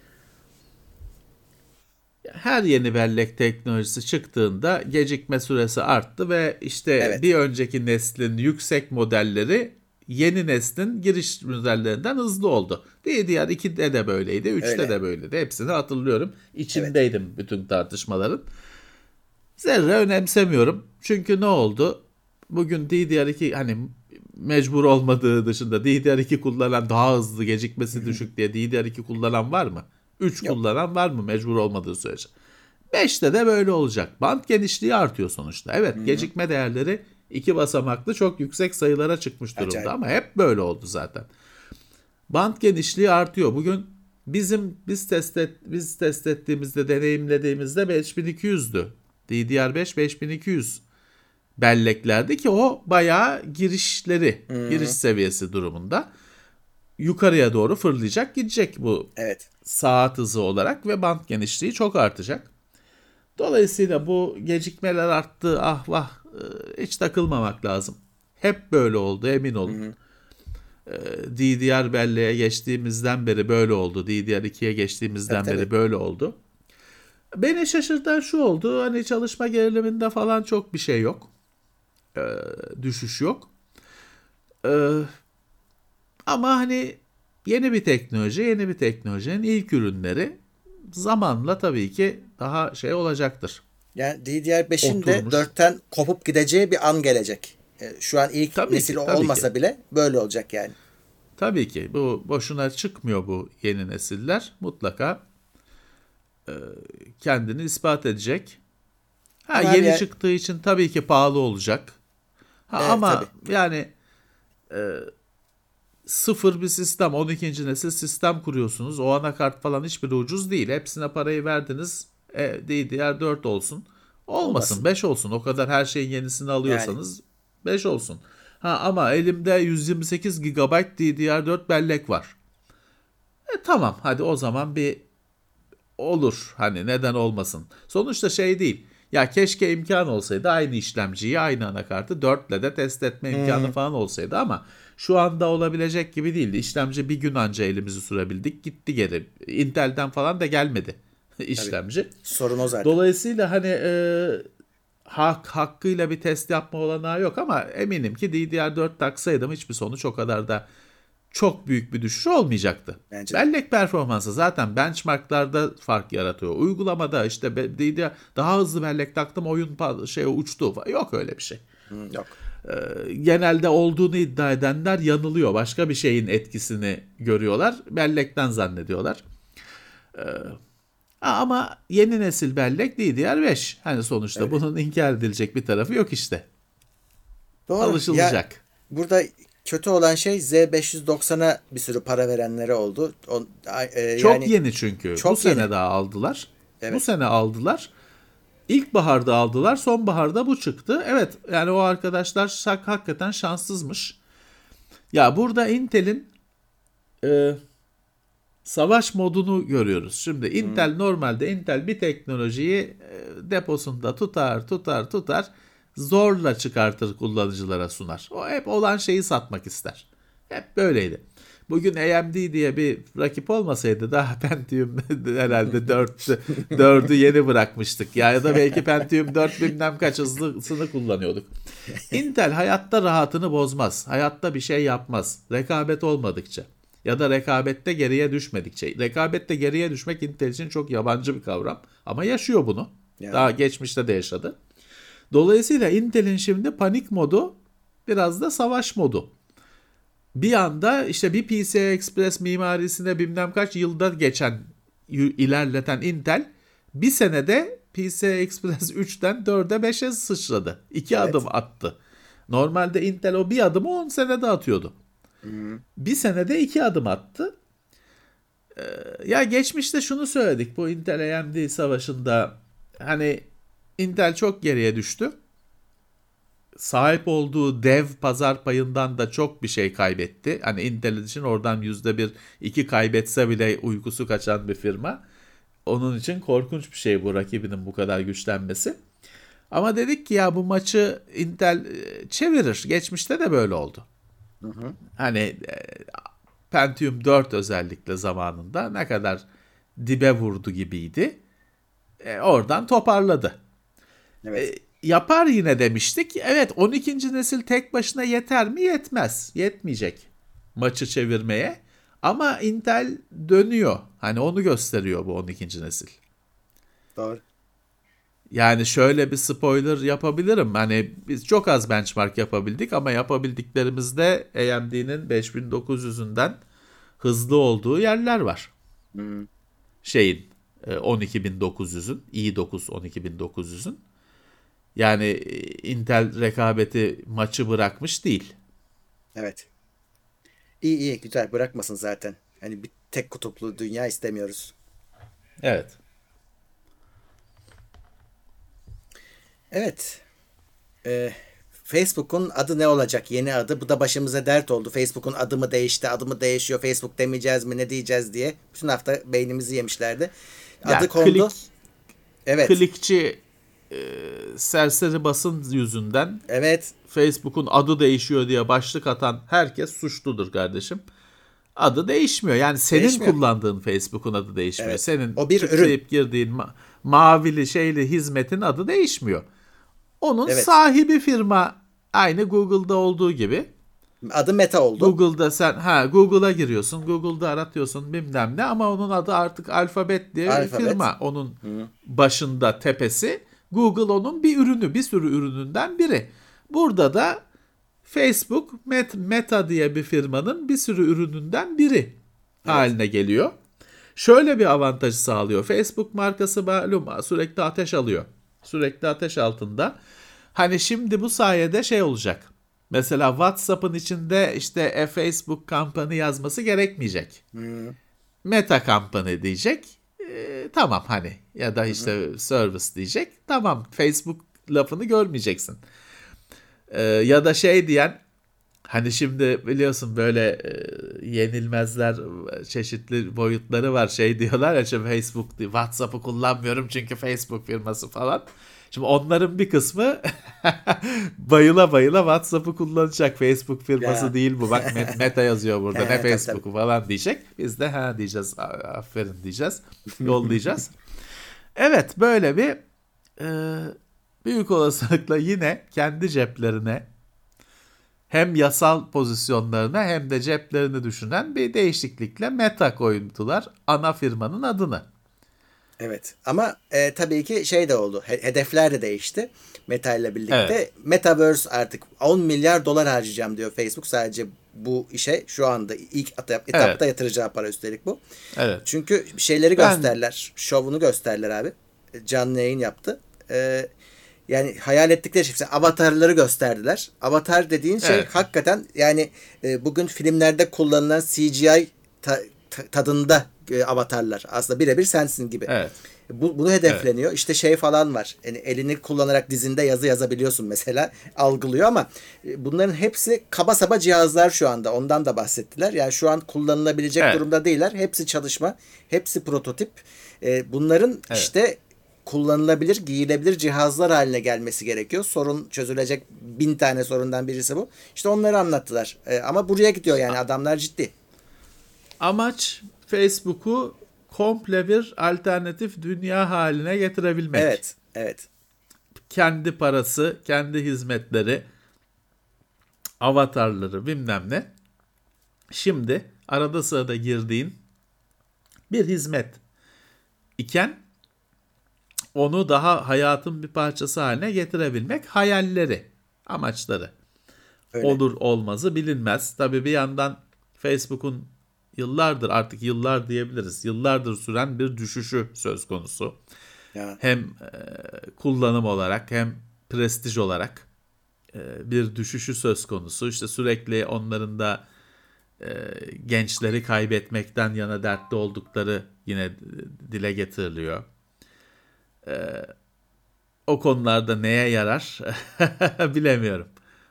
Her yeni bellek teknolojisi çıktığında gecikme süresi arttı ve işte evet. bir önceki neslin yüksek modelleri yeni neslin giriş modellerinden hızlı oldu. D D R ikide de böyleydi, üçte Öyle. de böyleydi. Hepsini hatırlıyorum. İçindeydim evet. bütün tartışmaların. Zerre önemsemiyorum. Çünkü ne oldu? Bugün D D R iki hani mecbur olmadığı dışında D D R iki kullanan, daha hızlı, gecikmesi Hı-hı. düşük diye D D R iki kullanan var mı? üç Yok. kullanan var mı mecbur olmadığı sürece? beşte de böyle olacak. Band genişliği artıyor sonuçta. Evet, Hı-hı. gecikme değerleri iki basamaklı çok yüksek sayılara çıkmış durumda. Acayip. Ama hep böyle oldu zaten. Band genişliği artıyor. Bugün bizim biz test et, biz test ettiğimizde, deneyimlediğimizde beş bin iki yüzdü. D D R beş beş bin iki yüz belleklerdi ki o bayağı girişleri, Hı-hı. giriş seviyesi durumunda. Yukarıya doğru fırlayacak, gidecek bu evet. saat hızı olarak ve band genişliği çok artacak. Dolayısıyla bu gecikmeler arttı, ah vah, hiç takılmamak lazım. Hep böyle oldu, emin olun. Hı hı. D D R belleğe geçtiğimizden beri böyle oldu. D D R ikiye geçtiğimizden evet, beri tabii. böyle oldu. Beni şaşırtan şu oldu, hani çalışma geriliminde falan çok bir şey yok. Ee, düşüş yok. Ee, Ama hani yeni bir teknoloji, yeni bir teknolojinin ilk ürünleri zamanla tabii ki daha şey olacaktır. Yani D D R beşin de Oturmuş. dörtten kopup gideceği bir an gelecek. E, Şu an ilk Tabii nesil ki, tabii olmasa ki. bile böyle olacak yani. Tabii ki bu boşuna çıkmıyor bu yeni nesiller. Mutlaka e, kendini ispat edecek. Ha, Ama yeni ya- çıktığı için tabii ki pahalı olacak. Ha, Evet, ama tabii. yani e, sıfır bir sistem, on ikinci nesil sistem kuruyorsunuz. O anakart falan hiçbiri ucuz değil. Hepsine parayı verdiniz. E, D D R dört olsun. Olmasın, Olmasın. beş olsun. O kadar her şeyin yenisini alıyorsanız beş olsun. Ha, ama elimde yüz yirmi sekiz gigabayt D D R dört bellek var. E tamam, hadi o zaman bir olur. Hani neden olmasın. Sonuçta şey değil. Ya keşke imkan olsaydı aynı işlemciyi, aynı anakartı dörtle de test etme imkanı falan olsaydı ama şu anda olabilecek gibi değildi. İşlemci bir gün anca elimizi sürebildik. Gitti geri. Intel'den falan da gelmedi işlemci. Sorun o zaten. Dolayısıyla hani e, hak hakkıyla bir test yapma olanağı yok ama eminim ki D D R dört taksaydım hiçbir sonuç o kadar da çok büyük bir düşüş olmayacaktı. Bence de. Bellek performansı zaten benchmarklarda fark yaratıyor. Uygulamada işte be- D D R daha hızlı bellek taktım oyun pa- şey uçtu. Yok öyle bir şey. Hı, yok. Ee, genelde olduğunu iddia edenler yanılıyor. Başka bir şeyin etkisini görüyorlar. Bellekten zannediyorlar. Ee, ama yeni nesil bellek D D R beş. Hani sonuçta Evet. bunun inkar edilecek bir tarafı yok işte. Doğru. Alışılacak. Ya, burada kötü olan şey Z beş yüz doksana bir sürü para verenlere oldu. O, e, Çok yani, yeni çünkü. çok Bu sene yeni. daha aldılar. Evet. Bu sene aldılar. İlkbaharda aldılar. Sonbaharda bu çıktı. Evet, yani o arkadaşlar şak- hakikaten şanssızmış. Ya burada Intel'in e, savaş modunu görüyoruz. Şimdi Intel normalde Intel bir teknolojiyi e, deposunda tutar, tutar, tutar. Zorla çıkartır, kullanıcılara sunar. O hep olan şeyi satmak ister. Hep böyleydi. Bugün A M D diye bir rakip olmasaydı daha Pentium herhalde dört, dördü yeni bırakmıştık. Ya da belki Pentium dört bilmem kaç hızlısını kullanıyorduk. Intel hayatta rahatını bozmaz. Hayatta bir şey yapmaz. Rekabet olmadıkça. Ya da rekabette geriye düşmedikçe. Rekabette geriye düşmek Intel için çok yabancı bir kavram. Ama yaşıyor bunu. Yani. Daha geçmişte de yaşadı. Dolayısıyla Intel'in şimdi panik modu biraz da savaş modu. Bir anda işte bir P C I Express mimarisine bilmem kaç yılda geçen, ilerleten Intel bir senede P C I Express üçten dörde beşe sıçradı. İki Evet. adım attı. Normalde Intel o bir adımı on senede atıyordu. Hı. Bir senede iki adım attı. Ee, ya geçmişte şunu söyledik bu Intel A M D savaşında, hani Intel çok geriye düştü. Sahip olduğu dev pazar payından da çok bir şey kaybetti. Hani Intel için oradan yüzde bir, iki kaybetse bile uykusu kaçan bir firma. Onun için korkunç bir şey bu, rakibinin bu kadar güçlenmesi. Ama dedik ki ya bu maçı Intel çevirir. Geçmişte de böyle oldu. Hı hı. Hani Pentium dört özellikle zamanında ne kadar dibe vurdu gibiydi. E, oradan toparladı. Evet. E, yapar yine demiştik. Evet, on ikinci nesil tek başına yeter mi? Yetmez. Yetmeyecek maçı çevirmeye. Ama Intel dönüyor. Hani onu gösteriyor bu on ikinci nesil. Doğru. Yani şöyle bir spoiler yapabilirim. Hani biz çok az benchmark yapabildik ama yapabildiklerimizde A M D'nin beş bin dokuz yüzünden hızlı olduğu yerler var. Hı. Şeyin on iki bin dokuz yüzün, i dokuz on iki bin dokuz yüzün. Yani Intel rekabeti maçı bırakmış değil. Evet. İyi iyi güzel bırakmasın zaten. Hani bir tek kutuplu dünya istemiyoruz. Evet. Evet. Ee, Facebook'un adı ne olacak? Yeni adı. Bu da başımıza dert oldu. Facebook'un adı mı değişti? Adı mı değişiyor? Facebook demeyeceğiz mi? Ne diyeceğiz diye. Bütün hafta beynimizi yemişlerdi. Adı Ya, kondu. klik, Evet. Klikçi e, serseri basın yüzünden Evet. Facebook'un adı değişiyor diye başlık atan herkes suçludur kardeşim. Adı değişmiyor. Yani senin Değişmiyor. kullandığın Facebook'un adı değişmiyor. Evet. Senin O bir tıklayıp girdiğin ma- mavili şeyli hizmetin adı değişmiyor. Onun Evet. sahibi firma, aynı Google'da olduğu gibi Adı Meta oldu. Google'da sen ha Google'a giriyorsun. Google'da aratıyorsun bilmem ne ama onun adı artık Alphabet diye Alphabet. bir firma. Onun Hı. başında tepesi. Google onun bir ürünü, bir sürü ürününden biri. Burada da Facebook Meta diye bir firmanın bir sürü ürününden biri evet. haline geliyor. Şöyle bir avantajı sağlıyor. Facebook markası malum sürekli ateş alıyor. Sürekli ateş altında. Hani şimdi bu sayede şey olacak. Mesela WhatsApp'ın içinde işte a Facebook Company yazması gerekmeyecek. Hmm. Meta Company diyecek. E, tamam hani ya da işte hmm. service diyecek. Tamam Facebook lafını görmeyeceksin. E, ya da şey diyen hani şimdi biliyorsun böyle e, yenilmezler çeşitli boyutları var. Şey diyorlar ya işte Facebook WhatsApp'ı kullanmıyorum çünkü Facebook firması falan. Şimdi onların bir kısmı bayıla bayıla WhatsApp'ı kullanacak. Facebook firması ya. Değil bu. Bak Meta yazıyor burada. Ne Facebook'u falan diyecek. Biz de ha diyeceğiz. Aferin diyeceğiz. Yollayacağız. Evet böyle bir e, büyük olasılıkla yine kendi ceplerine hem yasal pozisyonlarına hem de ceplerini düşünen bir değişiklikle Meta koydular ana firmanın adını. Evet ama e, tabii ki şey de oldu. Hedefler de değişti. Meta ile birlikte. Evet. Metaverse artık on milyar dolar harcayacağım diyor Facebook sadece bu işe. Şu anda ilk etapta evet. yatıracağı para üstelik bu. Evet. Çünkü şeyleri ben... gösterler. Şovunu gösterler abi. Canlı yayın yaptı. Ee, yani hayal ettikleri şey. Mesela avatarları gösterdiler. Avatar dediğin şey evet. hakikaten yani e, bugün filmlerde kullanılan C G I ta, ta, tadında avatarlar. Aslında birebir sensin gibi. Evet. Bu, bunu hedefleniyor. Evet. İşte şey falan var. Yani elini kullanarak dizinde yazı yazabiliyorsun mesela. Algılıyor ama bunların hepsi kaba saba cihazlar şu anda. Ondan da bahsettiler. Yani şu an kullanılabilecek evet. durumda değiller. Hepsi çalışma. Hepsi prototip. Bunların evet. işte kullanılabilir, giyilebilir cihazlar haline gelmesi gerekiyor. Sorun çözülecek bin tane sorundan birisi bu. İşte onları anlattılar. Ama buraya gidiyor yani adamlar ciddi. Amaç Facebook'u komple bir alternatif dünya haline getirebilmek. Evet, evet. Kendi parası, kendi hizmetleri, avatarları bilmem ne. Şimdi arada sırada girdiğin bir hizmet iken onu daha hayatın bir parçası haline getirebilmek hayalleri, amaçları. Öyle. Olur olmazı bilinmez. Tabii bir yandan Facebook'un yıllardır artık yıllar diyebiliriz. Yıllardır süren bir düşüşü söz konusu. Ya. Hem e, kullanım olarak hem prestij olarak e, bir düşüşü söz konusu. İşte sürekli onların da e, gençleri kaybetmekten yana dertli oldukları yine dile getiriliyor. E, o konularda neye yarar bilemiyorum.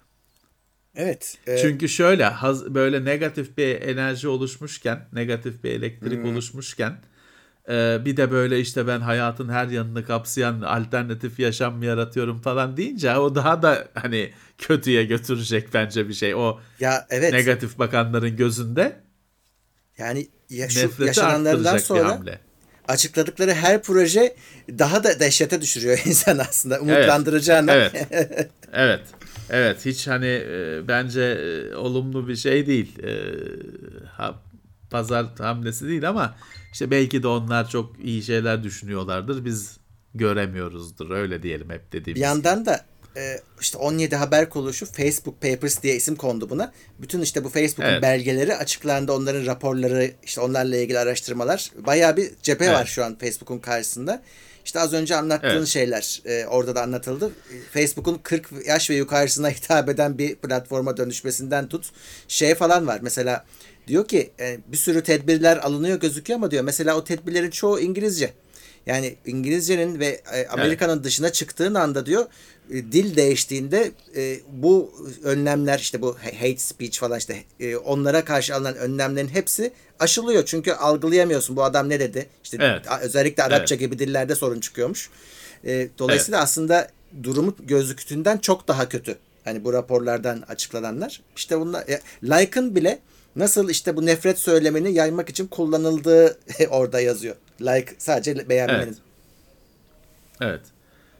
Evet. E... Çünkü şöyle haz, böyle negatif bir enerji oluşmuşken, negatif bir elektrik hmm. oluşmuşken e, bir de böyle işte ben hayatın her yanını kapsayan alternatif yaşam yaratıyorum falan deyince o daha da hani kötüye götürecek bence bir şey. O ya, evet. negatif bakanların gözünde yani ya, şu yaşananlardan sonra açıkladıkları her proje daha da dehşete düşürüyor insan aslında. Umutlandıracağına. Evet. Evet. Evet. Evet, hiç hani e, bence e, olumlu bir şey değil. E, ha, pazar hamlesi değil ama işte belki de onlar çok iyi şeyler düşünüyorlardır. Biz göremiyoruzdur. Öyle diyelim hep dediğimiz. Bir yandan gibi. da e, işte on yedi haber kuruluşu Facebook Papers diye isim kondu buna. Bütün işte bu Facebook'un evet. belgeleri açıklandı. Onların raporları, işte onlarla ilgili araştırmalar. Bayağı bir cephe evet. var şu an Facebook'un karşısında. İşte az önce anlattığın evet. şeyler e, orada da anlatıldı. Facebook'un kırk yaş ve yukarısına hitap eden bir platforma dönüşmesinden tut. Şey falan var. Mesela diyor ki e, bir sürü tedbirler alınıyor gözüküyor ama diyor mesela o tedbirlerin çoğu İngilizce. Yani İngilizcenin ve e, Amerika'nın evet. dışına çıktığın anda diyor e, dil değiştiğinde e, bu önlemler işte bu hate speech falan işte e, onlara karşı alınan önlemlerin hepsi aşılıyor. Çünkü algılayamıyorsun bu adam ne dedi. İşte evet. özellikle Arapça evet. gibi dillerde sorun çıkıyormuş. E, dolayısıyla evet. aslında durumu gözüktüğünden çok daha kötü. Hani bu raporlardan açıklananlar. İşte bunlar e, like'ın bile nasıl işte bu nefret söylemini yaymak için kullanıldığı orada yazıyor. Like sadece beğenmenin. Evet. Evet.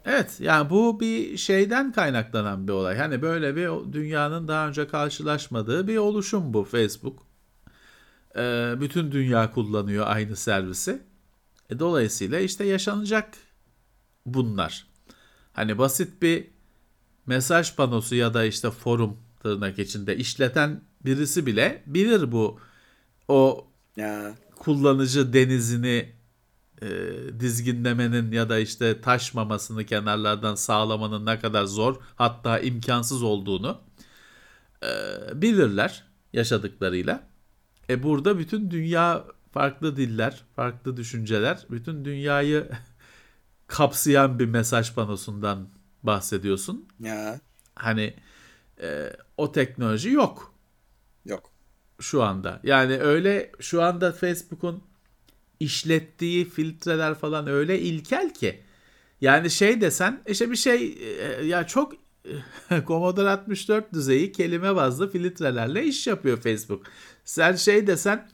Evet, yani bu bir şeyden kaynaklanan bir olay. Hani böyle bir dünyanın daha önce karşılaşmadığı bir oluşum bu Facebook. Ee, bütün dünya kullanıyor aynı servisi. E, dolayısıyla işte yaşanacak bunlar. Hani basit bir mesaj panosu ya da işte forum tırnak içinde işleten birisi bile bilir bu o Ya. kullanıcı denizini e, dizginlemenin ya da işte taşmamasını kenarlardan sağlamanın ne kadar zor, hatta imkansız olduğunu e, bilirler yaşadıklarıyla. E burada bütün dünya, farklı diller, farklı düşünceler, bütün dünyayı kapsayan bir mesaj panosundan bahsediyorsun. Ya. Hani e, o teknoloji yok Yok. şu anda. Yani öyle şu anda Facebook'un işlettiği filtreler falan öyle ilkel ki. Yani şey desen işte bir şey e, ya çok Commodore altmış dört düzeyi kelime bazlı filtrelerle iş yapıyor Facebook. Sen şey desen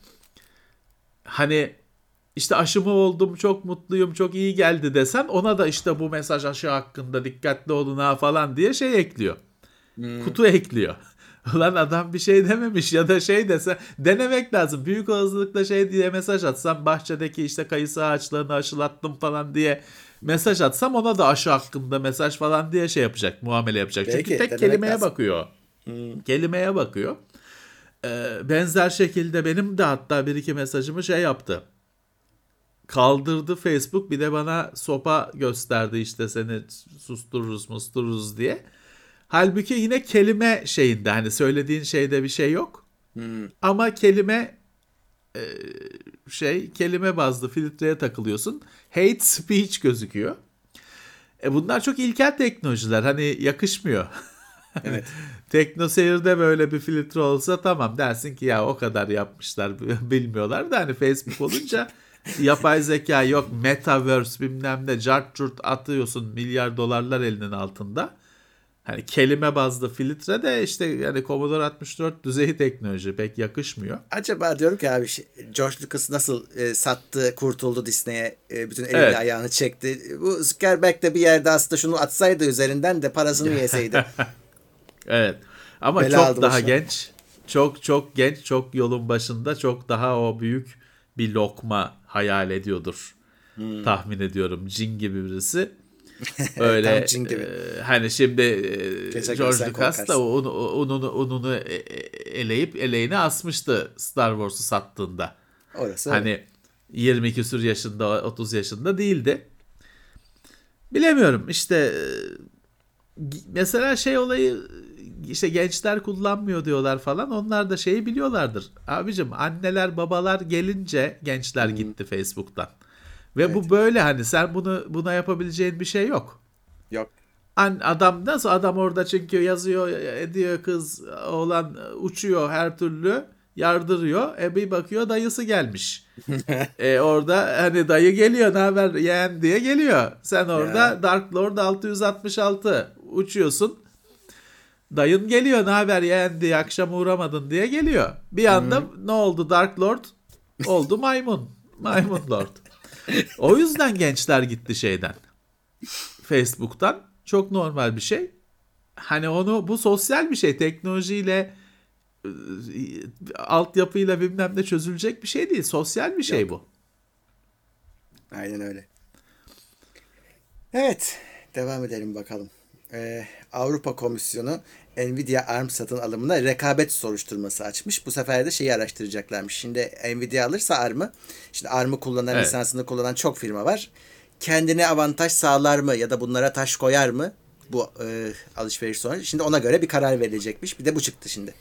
hani işte aşımı oldum, çok mutluyum, çok iyi geldi desen ona da işte bu mesaj aşı hakkında dikkatli olun ha falan diye şey ekliyor. Hmm. Kutu ekliyor. Ulan adam bir şey dememiş ya da şey dese denemek lazım. Büyük olasılıkla şey diye mesaj atsam bahçedeki işte kayısı ağaçlarını aşılattım falan diye mesaj atsam ona da aşı hakkında mesaj falan diye şey yapacak, muamele yapacak. Belki, çünkü tek kelimeye lazım. bakıyor. Hmm. Kelimeye bakıyor. Ee, benzer şekilde benim de hatta bir iki mesajımı şey yaptı. Kaldırdı Facebook, bir de bana sopa gösterdi işte seni sustururuz mustururuz diye. Halbuki yine kelime şeyinde hani söylediğin şeyde bir şey yok. Hmm. Ama kelime e, şey kelime bazlı filtreye takılıyorsun. Hate speech gözüküyor. E bunlar çok ilkel teknolojiler. Hani yakışmıyor. Evet. TeknoSeyir'de böyle bir filtre olsa tamam dersin ki ya o kadar yapmışlar bilmiyorlar da hani Facebook olunca yapay zeka yok, metaverse bilmem ne cart curt atıyorsun, milyar dolarlar elinin altında. Hani kelime bazlı filtre de işte yani Commodore altmış dört düzeyi teknoloji pek yakışmıyor. Acaba diyorum ki abi George Lucas nasıl e, sattı, kurtuldu Disney'e, e, bütün elini Evet. ayağını çekti. Bu Zuckerberg de bir yerde aslında şunu atsaydı üzerinden de parasını yeseydi. Evet. Ama Bela çok daha başına. genç, çok çok genç, çok yolun başında, çok daha o büyük bir lokma hayal ediyordur. Hmm. Tahmin ediyorum. Cin gibi birisi. Öyle Tam cin gibi. E, hani şimdi e, George Lucas da ununu, ununu eleyip eleğine asmıştı Star Wars'u sattığında. Orası hani öyle. yirmi küsur yaşında, otuz yaşında değildi. Bilemiyorum işte mesela şey olayı işte gençler kullanmıyor diyorlar falan, onlar da şeyi biliyorlardır. Abicim anneler babalar gelince gençler hmm. gitti Facebook'tan. Ve evet. Bu böyle hani sen bunu buna yapabileceğin bir şey yok. Yok. Adam nasıl adam orada çünkü yazıyor ediyor, kız oğlan uçuyor her türlü yardırıyor. E bir bakıyor dayısı gelmiş. e orada hani dayı geliyor, ne haber yeğen diye geliyor. Sen orada ya. Dark Lord altı yüz altmış altı uçuyorsun. Dayın geliyor, ne haber yeğen diye, akşam uğramadın diye geliyor. Bir anda hmm. ne oldu Dark Lord? Oldu maymun. Maymun Lord. O yüzden gençler gitti şeyden. Facebook'tan. Çok normal bir şey. Hani onu bu sosyal bir şey. Teknolojiyle altyapıyla bilmem ne çözülecek bir şey değil. Sosyal bir şey Yok. bu. Aynen öyle. Evet. Devam edelim bakalım. Ee, Avrupa Komisyonu Nvidia A R M satın alımına rekabet soruşturması açmış. Bu sefer de şeyi araştıracaklarmış. Şimdi Nvidia alırsa A R M'ı, şimdi A R M'ı kullanan, evet. lisansını kullanan çok firma var. Kendine avantaj sağlar mı ya da bunlara taş koyar mı bu e, alışveriş sonucu? Şimdi ona göre bir karar verilecekmiş. Bir de bu çıktı şimdi.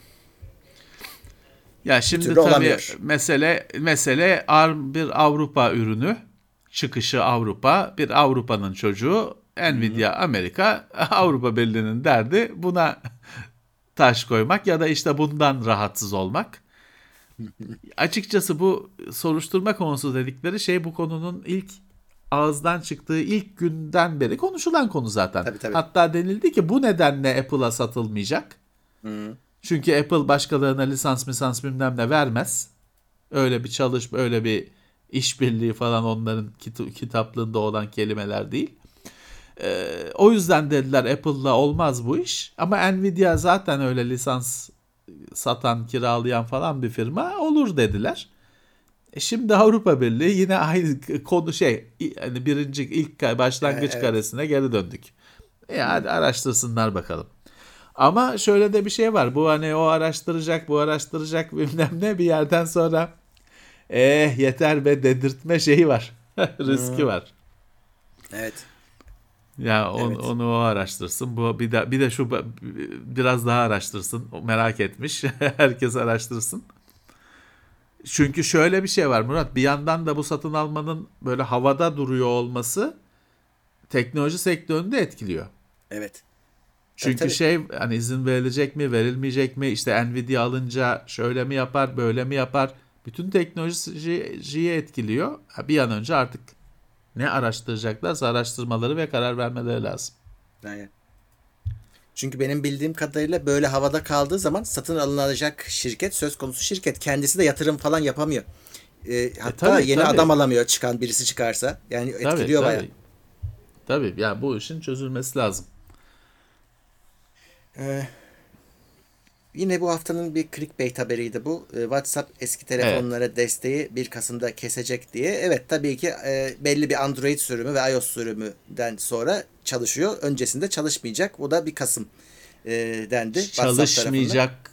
Ya şimdi tabii olamıyor. mesele mesele A R M bir Avrupa ürünü, çıkışı Avrupa, bir Avrupa'nın çocuğu. Nvidia hmm. Amerika, Avrupa Birliği'nin derdi buna taş koymak ya da işte bundan rahatsız olmak. Açıkçası bu soruşturma konusu dedikleri şey bu konunun ilk ağızdan çıktığı ilk günden beri konuşulan konu zaten. Tabii, tabii. Hatta denildi ki bu nedenle Apple'a satılmayacak. Hmm. Çünkü Apple başkalarına lisans misans bilmem ne vermez. Öyle bir çalışma, öyle bir işbirliği falan onların kit- kitaplığında olan kelimeler değil. Ee, o yüzden dediler Apple'la olmaz bu iş. Ama Nvidia zaten öyle lisans satan, kiralayan falan bir firma, olur dediler. E şimdi Avrupa Birliği yine aynı konu şey, hani birinci ilk başlangıç Evet. karesine geri döndük. E hadi araştırsınlar bakalım. Ama şöyle de bir şey var. Bu hani o araştıracak, bu araştıracak bilmem ne, bir yerden sonra eh yeter be dedirtme şeyi var. Riski var. Evet. Ya on, Evet. onu o araştırsın. Bu bir de bir de şu biraz daha araştırsın. O merak etmiş. Herkes araştırsın. Çünkü şöyle bir şey var Murat. Bir yandan da bu satın almanın böyle havada duruyor olması teknoloji sektörünü de etkiliyor. Evet. Çünkü tabii. şey, hani izin verilecek mi, verilmeyecek mi? İşte Nvidia alınca şöyle mi yapar, böyle mi yapar? Bütün teknolojiyi etkiliyor. Ha, bir an önce artık ne araştıracaklarsa araştırmaları ve karar vermeleri lazım. Aynen. Çünkü benim bildiğim kadarıyla böyle havada kaldığı zaman satın alınacak şirket, söz konusu şirket kendisi de yatırım falan yapamıyor. Ee, hatta tabii, yeni tabii. adam alamıyor, çıkan birisi çıkarsa. Yani Tabii, etkiliyor bayağı. tabii. Tabii, yani bu işin çözülmesi lazım. Ee, Yine bu haftanın bir clickbait haberiydi bu. Ee, WhatsApp eski telefonlara desteği bir Kasım'da kesecek diye. Evet, tabii ki e, belli bir Android sürümü ve iOS sürümünden sonra çalışıyor. Öncesinde çalışmayacak. Bu da bir Kasım e, dendi. WhatsApp tarafından. Çalışmayacak.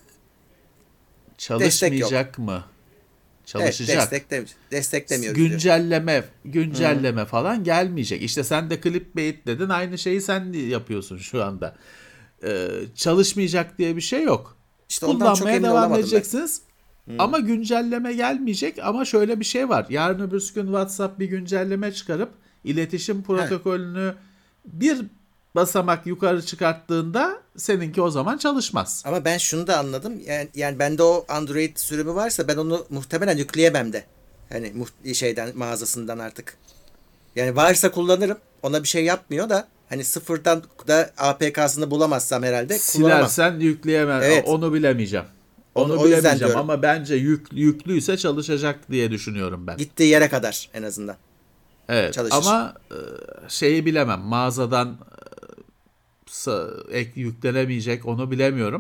Çalışmayacak mı? Çalışacak. Evet, destekle, desteklemiyoruz diyor. Güncelleme, güncelleme falan gelmeyecek. İşte sen de clickbait dedin. Aynı şeyi sen de yapıyorsun şu anda. Ee, çalışmayacak diye bir şey yok. İşte ondan çok Kullanmaya emin devam olamadım edeceksiniz. Ama güncelleme gelmeyecek. Ama şöyle bir şey var. Yarın öbür gün WhatsApp bir güncelleme çıkarıp iletişim protokolünü bir basamak yukarı çıkarttığında seninki o zaman çalışmaz. Ama ben şunu da anladım. Yani, yani bende o Android sürümü varsa ben onu muhtemelen yükleyemem de. Hani muht- şeyden, mağazasından artık. Yani varsa kullanırım. Ona bir şey yapmıyor da hani sıfırdan da A P K'sını bulamazsam herhalde kullanamam. Silersen yükleyemem. Evet. Onu bilemeyeceğim. Onu- Onu, o yüzden bilemeyeceğim diyorum. ama bence yük, yüklüyse çalışacak diye düşünüyorum ben. Gittiği yere kadar en azından. Evet. çalışır. Ama e, şeyi bilemem. Mağazadan e, sa- ek yüklenemeyecek, onu bilemiyorum.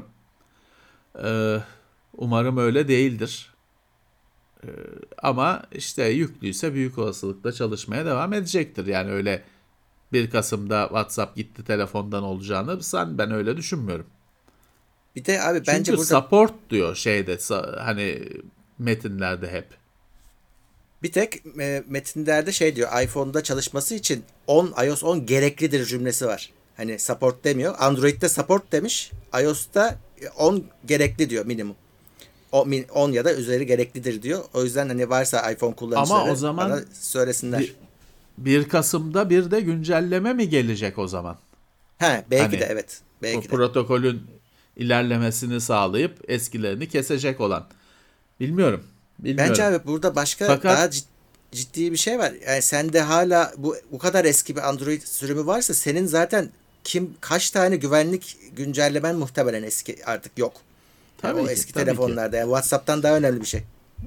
E, umarım öyle değildir. E, ama işte yüklüyse büyük olasılıkla çalışmaya devam edecektir. Yani öyle bir Kasım'da WhatsApp gitti telefondan olacağını sen ben öyle düşünmüyorum. Bir de abi Çünkü bence burada support diyor şeyde sa- hani metinlerde hep. bir tek e, metinlerde şey diyor, iPhone'da çalışması için on iOS on gereklidir cümlesi var. Hani support demiyor. Android'de support demiş. iOS'ta on gerekli diyor minimum. O min- on ya da üzeri gereklidir diyor. O yüzden hani varsa iPhone kullanıcıları Ama o zaman bana söylesinler. Bir, bir Kasım'da bir de güncelleme mi gelecek o zaman? He, belki Hani de evet. Bu Belki de. protokolün ilerlemesini sağlayıp eskilerini kesecek olan. Bilmiyorum. Bilmiyorum. Bence abi burada başka Fakat- daha cid- ciddi bir şey var. Yani sende hala bu bu kadar eski bir Android sürümü varsa senin zaten kim kaç tane güvenlik güncellemen muhtemelen eski artık yok. Yani Tabii o ki, eski tabii telefonlarda. Yani WhatsApp'tan daha önemli bir şey.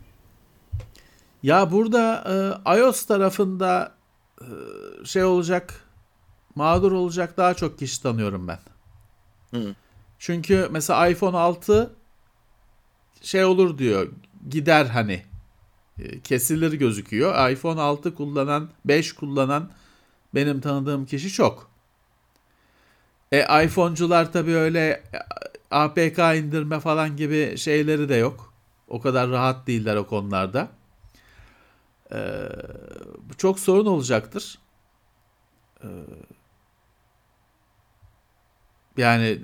Ya burada e, iOS tarafında e, şey olacak, mağdur olacak daha çok kişi tanıyorum ben. Hı. Çünkü mesela iPhone altı şey olur diyor, gider hani e, kesilir gözüküyor. iPhone altı kullanan, beş kullanan benim tanıdığım kişi çok. E iPhone'cular tabii öyle A P K indirme falan gibi şeyleri de yok. O kadar rahat değiller o konularda. Ee, bu çok sorun olacaktır. Ee, yani e,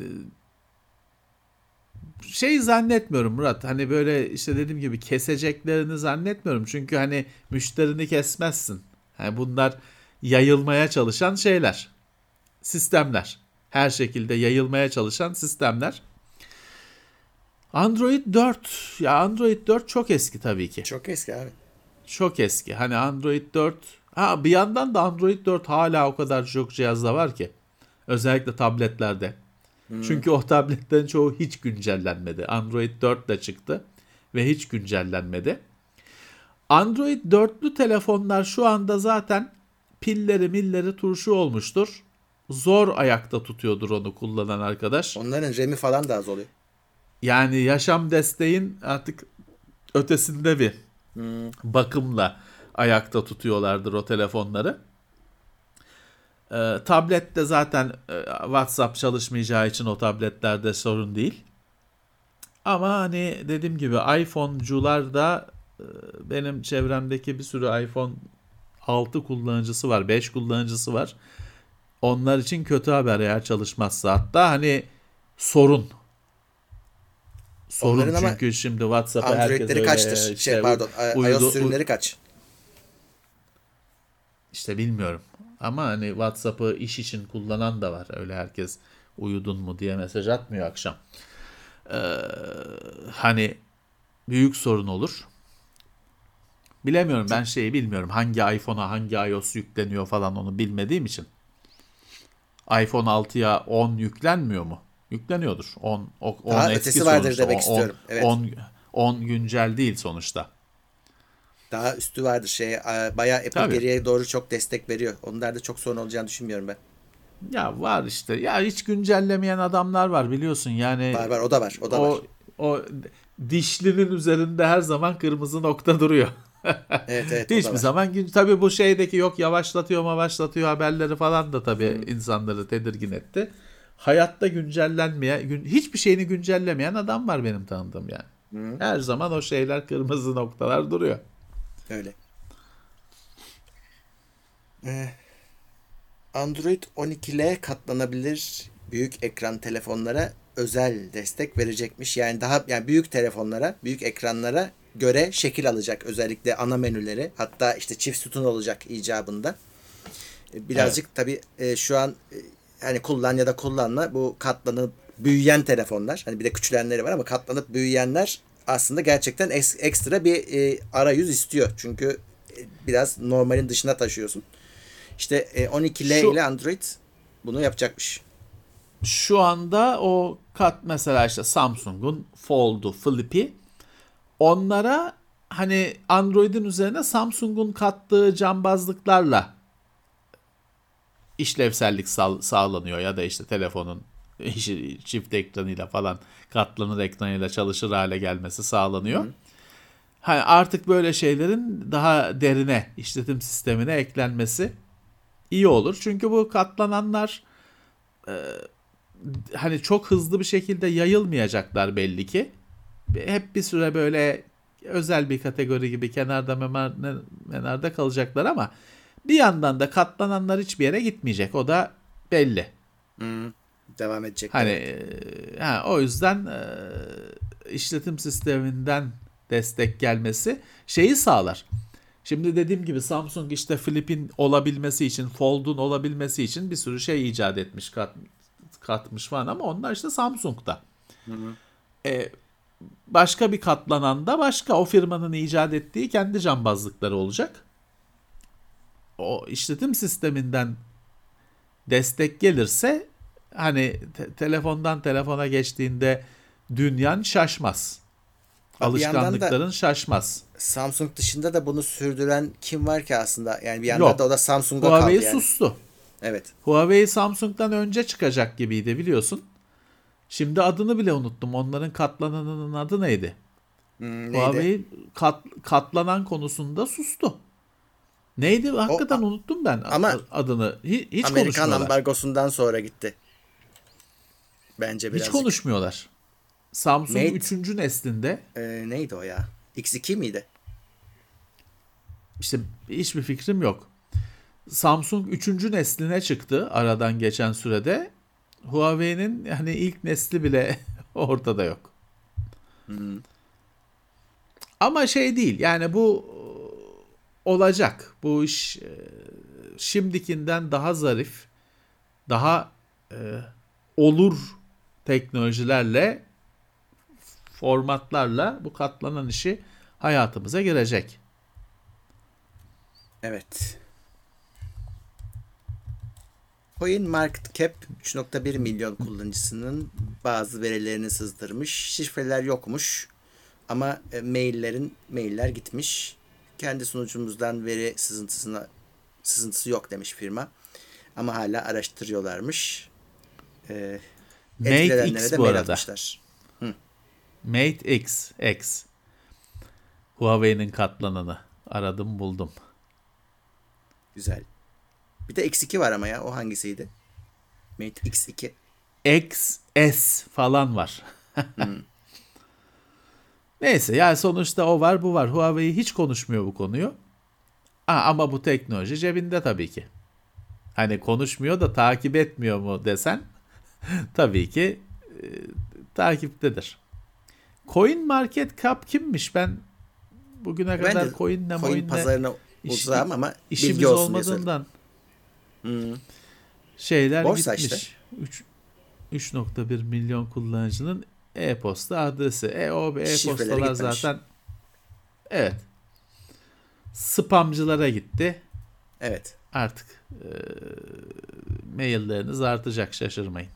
şey zannetmiyorum Murat. Hani böyle işte dediğim gibi keseceklerini zannetmiyorum. Çünkü hani müşterini kesmezsin. Yani bunlar yayılmaya çalışan şeyler. Sistemler. Her şekilde yayılmaya çalışan sistemler. Android dört. Ya Android dört çok eski tabii ki. Çok eski abi. Çok eski. Hani Android dört. Ha bir yandan da Android dört hala o kadar çok cihazda var ki. Özellikle tabletlerde. Çünkü o tabletlerin çoğu hiç güncellenmedi. Android dört de çıktı ve hiç güncellenmedi. Android dörtlü telefonlar şu anda zaten pilleri milleri turşu olmuştur. zor ayakta tutuyordur onu kullanan arkadaş. Onların RAM'i falan da az oluyor. Yani yaşam desteğin artık ötesinde bir Hmm. bakımla ayakta tutuyorlardır o telefonları. Ee, tablette zaten e, WhatsApp çalışmayacağı için o tabletlerde sorun değil. Ama hani dediğim gibi iPhone'cular da e, benim çevremdeki bir sürü iPhone altı kullanıcısı var, beş kullanıcısı var. Onlar için kötü haber eğer çalışmazsa. Hatta hani sorun. Sorun Onların çünkü şimdi WhatsApp'ı herkes Android'leri öyle kaçtır? işte şey pardon, uydu- iOS sürümleri kaç? İşte bilmiyorum. Ama hani WhatsApp'ı iş için kullanan da var. Öyle herkes uyudun mu diye mesaj atmıyor akşam. Ee, hani büyük sorun olur. Bilemiyorum, ben şeyi bilmiyorum. Hangi iPhone'a hangi iOS yükleniyor falan onu bilmediğim için. iPhone altıya on yüklenmiyor mu? Yükleniyordur. on, on Daha eski ötesi vardır sonuçta. demek on, istiyorum. Evet. on, on güncel değil sonuçta. Daha üstü vardır. Şey, e, bayağı Apple Tabii. geriye doğru çok destek veriyor. Onlarda çok sorun olacağını düşünmüyorum ben. Ya var işte. Ya hiç güncellemeyen adamlar var biliyorsun. Yani Var var, o da var. O da o, var. o dişlinin üzerinde her zaman kırmızı nokta duruyor. Evet evet, o da Hiçbir var. zaman gün tabii bu şeydeki yok yavaşlatıyor yavaşlatıyor haberleri falan da tabii insanları tedirgin etti. Hayatta güncellenmeyen, gün, hiçbir şeyini güncellemeyen adam var benim tanıdığım yani. Hı. Her zaman o şeyler, kırmızı noktalar duruyor. Öyle. Ee, Android on iki L katlanabilir büyük ekran telefonlara özel destek verecekmiş. Yani daha yani büyük telefonlara, büyük ekranlara göre şekil alacak, özellikle ana menüleri. Hatta işte çift sütun olacak icabında. Ee, Birazcık tabii e, şu an e, hani kullan ya da kullanma, bu katlanıp büyüyen telefonlar. Hani bir de küçülenleri var ama katlanıp büyüyenler aslında gerçekten es- ekstra bir e, arayüz istiyor. Çünkü e, biraz normalin dışına taşıyorsun. İşte e, on iki L Şu- ile Android bunu yapacakmış. Şu anda o kat mesela işte Samsung'un Fold'u, Flip'i, onlara hani Android'in üzerine Samsung'un kattığı cambazlıklarla işlevsellik sağ- sağlanıyor ya da işte telefonun işi- çift ekranıyla falan katlanır ekranıyla çalışır hale gelmesi sağlanıyor. Hani artık böyle şeylerin daha derine işletim sistemine eklenmesi iyi olur. Çünkü bu katlananlar e, hani çok hızlı bir şekilde yayılmayacaklar belli ki. Hep bir süre böyle özel bir kategori gibi kenarda memer- menarda kalacaklar ama bir yandan da katlananlar hiçbir yere gitmeyecek. O da belli. Hı. Devam edecek. Hani Evet. e, ha, o yüzden e, işletim sisteminden destek gelmesi şeyi sağlar. Şimdi dediğim gibi Samsung işte Flip'in olabilmesi için, Fold'un olabilmesi için bir sürü şey icat etmiş, kat, katmış falan ama onlar işte Samsung'da. E, başka bir katlanan da başka o firmanın icat ettiği kendi cambazlıkları olacak. O işletim sisteminden destek gelirse hani te- telefondan telefona geçtiğinde dünyan şaşmaz. Ha, bir yandan da- Alışkanlıkların şaşmaz. Samsung dışında da bunu sürdüren kim var ki aslında? Yani bir yandan Yok. da o da Samsung'a kaldı Huawei yani. sustu. Evet. Huawei Samsung'dan önce çıkacak gibiydi biliyorsun. Şimdi adını bile unuttum. Onların katlananının adı neydi? Hmm, neydi? Huawei kat, katlanan konusunda sustu. Neydi? Hakikaten a- unuttum ben ama adını. Hiç, hiç Amerikan konuşmuyorlar. ambargosundan sonra gitti. Bence Hiç birazcık. konuşmuyorlar. Samsung Mate- üçüncü neslinde Ee, neydi o ya? X iki miydi? işte hiçbir fikrim yok. Samsung üçüncü nesline çıktı aradan geçen sürede. Huawei'nin hani ilk nesli bile ortada yok. Ama şey değil yani bu olacak. Bu iş e, şimdikinden daha zarif, daha e, olur teknolojilerle, formatlarla bu katlanan işi hayatımıza girecek. Evet. CoinMarketCap üç nokta bir milyon kullanıcısının bazı verilerini sızdırmış. Şifreler yokmuş ama e, maillerin mailler gitmiş. Kendi sunucumuzdan veri sızıntısına sızıntısı yok demiş firma. Ama hala araştırıyorlarmış. Ee, Mate etkilenenlere X de bu mail arada. atmışlar. Mate X. X. Huawei'nin katlananı. Aradım buldum. Güzel. Bir de X iki var ama ya. O hangisiydi? Mate X iki. X S falan var. Neyse yani sonuçta o var bu var. Huawei hiç konuşmuyor bu konuyu. Aa, ama bu teknoloji cebinde tabii ki. Hani konuşmuyor da takip etmiyor mu desen tabii ki e, takiptedir. Coin Market Cap kimmiş? Ben bugüne Ben kadar de coin'le coin moin'le pazarına iş- uzağım ama işimiz bilgi olsun diye söyledim. olmadığından Hmm. şeyler Borsa gitmiş. işte. üç üç nokta bir milyon kullanıcının e-posta adresi. E o Şifreleri e-postalar gitmemiş. zaten evet. Spamcılara gitti. Evet. Artık e, mailleriniz artacak, şaşırmayın.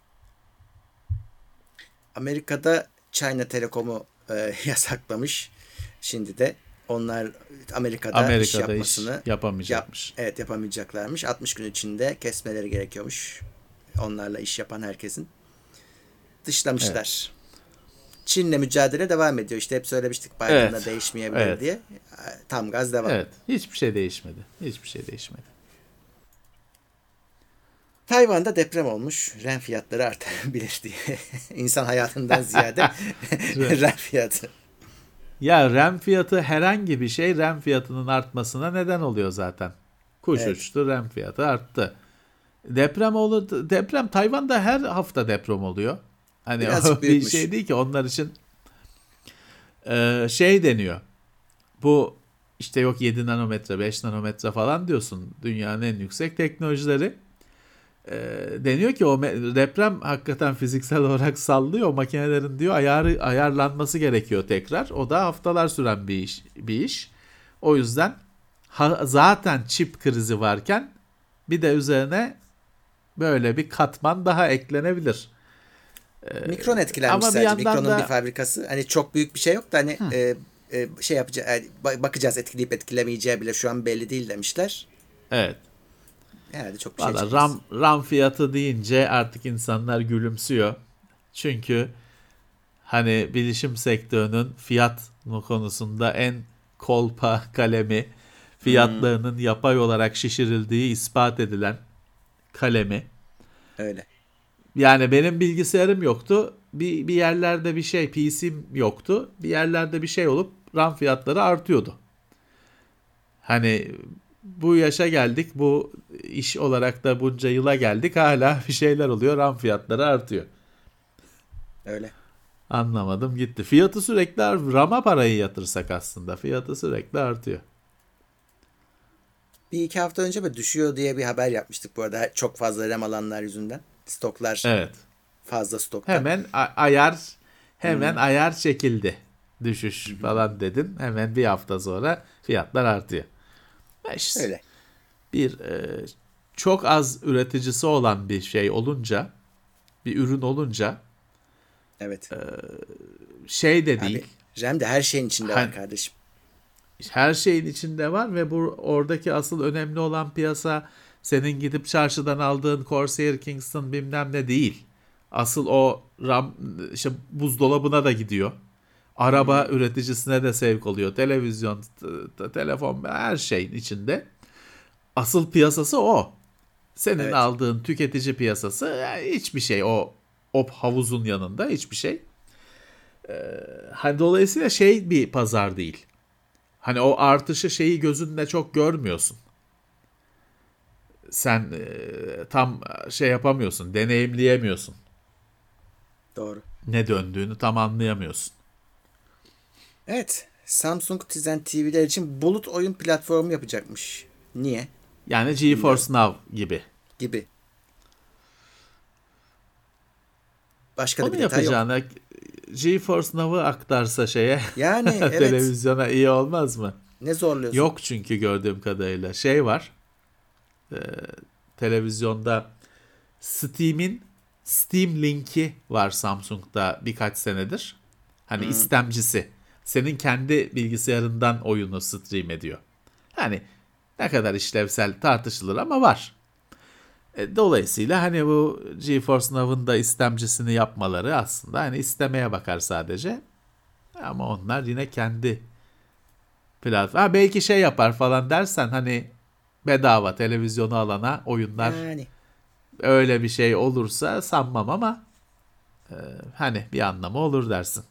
Amerika'da China Telecom'u e, yasaklamış. Şimdi de onlar Amerika'da, Amerika'da iş iş yapmasını yapamayacakmış. Yap, evet yapamayacaklarmış. altmış gün içinde kesmeleri gerekiyormuş. Onlarla iş yapan herkesin. Dışlamışlar. Çin'le mücadele devam ediyor. İşte hep söylemiştik Biden'la Evet. değişmeyebilir Evet. diye. Tam gaz devam. Evet, hiçbir şey değişmedi. Hiçbir şey değişmedi. Tayvan'da deprem olmuş. Ren fiyatları artabilir diye. İnsan hayatından ziyade ren fiyatı. Ya RAM fiyatı herhangi bir şey RAM fiyatının artmasına neden oluyor zaten. Kuş Evet. uçtu, RAM fiyatı arttı. Deprem olur. Deprem Tayvan'da her hafta deprem oluyor. Hani Birazcık o bir büyükmüş. şey değil ki onlar için e, şey deniyor. Bu işte yok yedi nanometre, beş nanometre falan diyorsun. Dünyanın en yüksek teknolojileri. E, deniyor ki o me- deprem hakikaten fiziksel olarak sallıyor. O makinelerin diyor ayarı ayarlanması gerekiyor tekrar. O da haftalar süren bir iş. Bir iş. O yüzden ha- zaten çip krizi varken bir de üzerine böyle bir katman daha eklenebilir. Mikron etkilenmiş ama bir sadece. yandan Mikron'un da- bir fabrikası. Hani çok büyük bir şey yok da hani e, e, şey yapacağız. Yani ba- bakacağız etkileyip etkilemeyeceği bile şu an belli değil demişler. Evet. Herhalde çok bir şey Valla çıkmaz. RAM, RAM fiyatı deyince artık insanlar gülümsüyor. Çünkü hani bilişim sektörünün fiyat konusunda en kolpa kalemi, fiyatlarının yapay olarak şişirildiği ispat edilen kalemi. Öyle. Yani benim bilgisayarım yoktu. Bir, bir yerlerde bir şey, P C'm yoktu. Bir yerlerde bir şey olup RAM fiyatları artıyordu. Hani bu yaşa geldik, bu iş olarak da bunca yıla geldik. Hala bir şeyler oluyor, RAM fiyatları artıyor. Öyle. Anlamadım gitti. Fiyatı sürekli RAM'a parayı yatırsak aslında. Fiyatı sürekli artıyor. Bir iki hafta önce mi düşüyor diye bir haber yapmıştık bu arada. Çok fazla RAM alanlar yüzünden. Stoklar Evet. fazla stokta. Hemen a- ayar hemen ayar çekildi. Düşüş falan dedin. Hemen bir hafta sonra fiyatlar artıyor. Ya işte Öyle. bir e, çok az üreticisi olan bir şey olunca, bir ürün olunca Evet. şey de Abi, değil. RAM de her şeyin içinde Hani- var kardeşim. Her şeyin içinde var ve bu oradaki asıl önemli olan piyasa senin gidip çarşıdan aldığın Corsair Kingston bilmem ne değil. Asıl o RAM işte buzdolabına da gidiyor. Araba üreticisine de sevk oluyor. Televizyon, t- t- telefon her şeyin içinde. Asıl piyasası o. Senin Evet. aldığın tüketici piyasası yani hiçbir şey o o havuzun yanında hiçbir şey. Ee, hani dolayısıyla şey bir pazar değil. Hani o artışı şeyi gözünle çok görmüyorsun. Sen e, tam şey yapamıyorsun, deneyimleyemiyorsun. Doğru. Ne döndüğünü tam anlayamıyorsun. Evet. Samsung Tizen T V'ler için bulut oyun platformu yapacakmış. Niye? Yani GeForce Now gibi. Gibi. Başka da Onu bir detay yok. yapacağına GeForce Now'ı aktarsa şeye Yani evet. televizyona iyi olmaz mı? Ne zorluyorsun? Yok çünkü gördüğüm kadarıyla şey var. E, televizyonda Steam'in Steam linki var Samsung'da birkaç senedir. Hani istemcisi. Senin kendi bilgisayarından oyunu stream ediyor. Hani ne kadar işlevsel tartışılır ama var. E, dolayısıyla hani bu GeForce Now'ın da istemcisini yapmaları aslında hani istemeye bakar sadece. Ama onlar yine kendi platform. Ha, belki şey yapar falan dersen hani bedava televizyonu alana oyunlar Yani. öyle bir şey olursa sanmam ama e, hani bir anlamı olur dersin.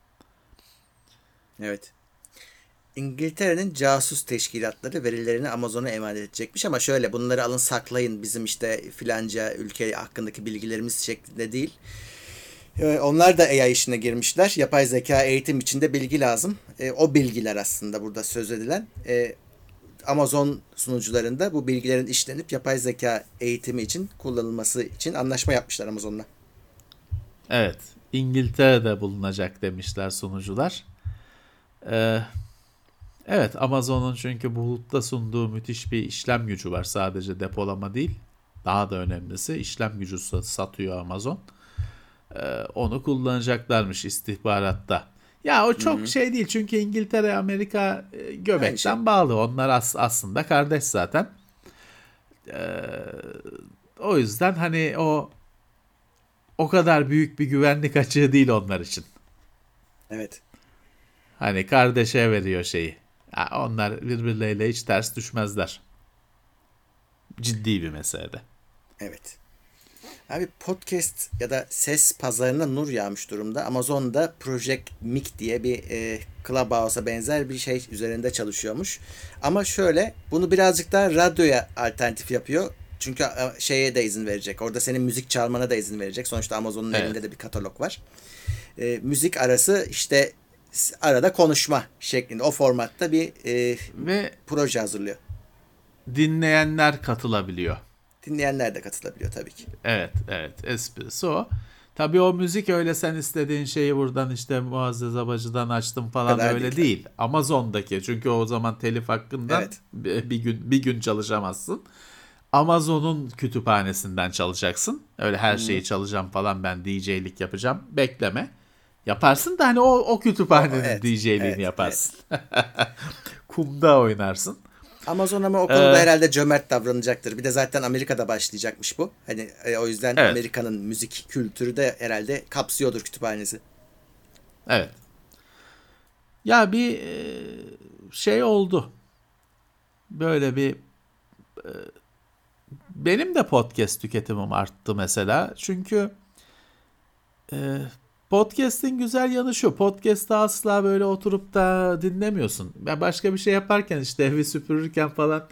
Evet. İngiltere'nin casus teşkilatları verilerini Amazon'a emanet edecekmiş ama şöyle bunları alın saklayın bizim işte filanca ülke hakkındaki bilgilerimiz şeklinde değil. Ee, Onlar da A I işine girmişler. Yapay zeka eğitim içinde bilgi lazım. Ee, o bilgiler aslında burada söz edilen. Ee, Amazon sunucularında bu bilgilerin işlenip yapay zeka eğitimi için kullanılması için anlaşma yapmışlar Amazon'la. Evet, İngiltere'de bulunacak demişler sunucular. Ee, evet, Amazon'un çünkü bulutta sunduğu müthiş bir işlem gücü var. Sadece depolama değil, daha da önemlisi işlem gücü satıyor Amazon. Ee, onu kullanacaklarmış istihbaratta. Ya o çok Hı-hı. şey değil çünkü İngiltere, Amerika e, göbekten şey. bağlı. Onlar as- aslında kardeş zaten. Ee, o yüzden hani o o kadar büyük bir güvenlik açığı değil onlar için. Evet. Hani kardeşe veriyor şeyi. Ya onlar birbirleriyle hiç ters düşmezler. Ciddi bir meselede. Evet. Abi podcast ya da ses pazarına nur yağmış durumda. Amazon'da Project Mic diye bir e, Clubhouse'a benzer bir şey üzerinde çalışıyormuş. Ama şöyle bunu birazcık daha radyoya alternatif yapıyor. Çünkü e, şeye de izin verecek. Orada senin müzik çalmana da izin verecek. Sonuçta Amazon'un evet. elinde de bir katalog var. E, müzik arası işte arada konuşma şeklinde o formatta bir e, Ve proje hazırlıyor. Dinleyenler katılabiliyor. Dinleyenler de katılabiliyor tabii ki. Evet, evet. Esprisi o. Tabii o müzik öyle sen istediğin şeyi buradan işte Muazzez Abacı'dan açtım falan öyle değil. değil. Amazon'daki çünkü o zaman telif hakkından evet. bir, bir gün bir gün çalışamazsın. Amazon'un kütüphanesinden çalacaksın. Öyle her şeyi hmm. çalacağım falan ben D J'lik yapacağım. Bekleme. Yaparsın da hani o, o kütüphanenin o, evet, D J'liğini evet, yaparsın. Evet. Kumda oynarsın. Amazon ama o konuda ee, herhalde cömert davranacaktır. Bir de zaten Amerika'da başlayacakmış bu. Hani e, o yüzden evet. Amerika'nın müzik kültürü de herhalde kapsıyordur kütüphanesi. Evet. Ya bir e, şey oldu. Böyle bir e, benim de podcast tüketimim arttı mesela. Çünkü e, podcast'in güzel yanı şu. Podcast'ta asla böyle oturup da dinlemiyorsun. Ben başka bir şey yaparken işte evi süpürürken falan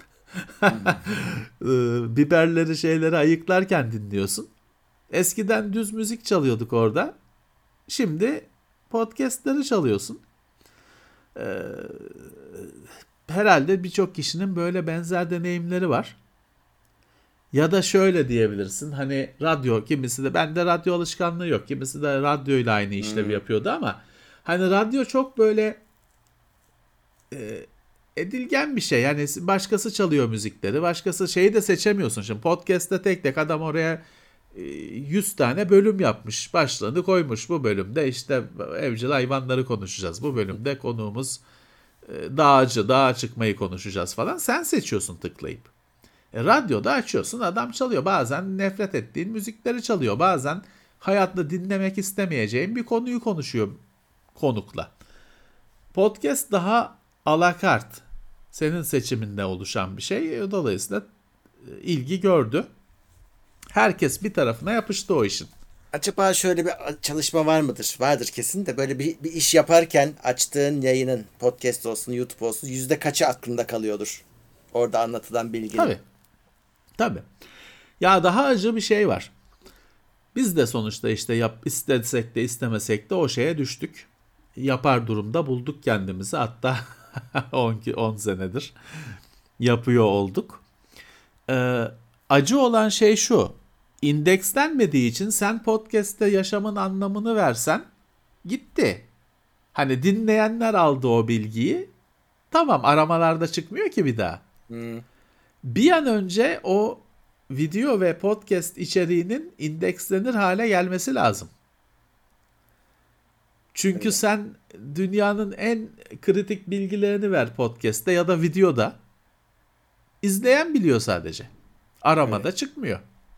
biberleri şeyleri ayıklarken dinliyorsun. Eskiden düz müzik çalıyorduk orada. Şimdi podcast'leri çalıyorsun. Ee, herhalde birçok kişinin böyle benzer deneyimleri var. Ya da şöyle diyebilirsin hani radyo kimisi de bende radyo alışkanlığı yok. Kimisi de radyoyla aynı işlevi hmm. yapıyordu ama hani radyo çok böyle e, edilgen bir şey. Yani başkası çalıyor müzikleri. Başkası şeyi de seçemiyorsun. Şimdi podcast'te tek tek adam oraya e, yüz tane bölüm yapmış. Başlığını koymuş. Bu bölümde işte evcil hayvanları konuşacağız. Bu bölümde konuğumuz e, dağcı, dağa çıkmayı konuşacağız falan. Sen seçiyorsun tıklayıp. E, radyoda açıyorsun adam çalıyor. Bazen nefret ettiğin müzikleri çalıyor. Bazen hayatta dinlemek istemeyeceğin bir konuyu konuşuyor konukla. Podcast daha alakart. Senin seçiminde oluşan bir şey. Dolayısıyla ilgi gördü. Herkes bir tarafına yapıştı o işin. Acaba şöyle bir çalışma var mıdır? Vardır kesin de böyle bir, bir iş yaparken açtığın yayının podcast olsun, YouTube olsun yüzde kaçı aklında kalıyordur? Orada anlatılan bilgi. Tabii. Tabii. Ya daha acı bir şey var. Biz de sonuçta işte yap, istesek de istemesek de o şeye düştük. Yapar durumda bulduk kendimizi. Hatta on senedir yapıyor olduk. Ee, acı olan şey şu. İndekslenmediği için sen podcast'te yaşamın anlamını versen gitti. Hani dinleyenler aldı o bilgiyi. Tamam aramalarda çıkmıyor ki bir daha. Hmm. Bir an önce o video ve podcast içeriğinin indekslenir hale gelmesi lazım. Çünkü Öyle. sen dünyanın en kritik bilgilerini ver podcast'te ya da videoda. İzleyen biliyor sadece. Aramada Öyle. çıkmıyor.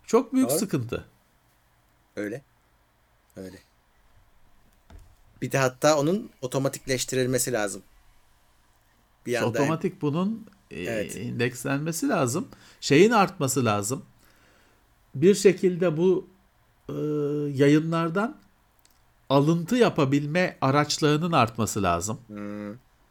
Çok büyük Doğru. sıkıntı. Öyle. Öyle. Bir de hatta onun otomatikleştirilmesi lazım. Bir İşte yanda otomatik bunun e, Evet. indekslenmesi lazım. Şeyin artması lazım. Bir şekilde bu e, yayınlardan alıntı yapabilme araçlarının artması lazım. Hmm,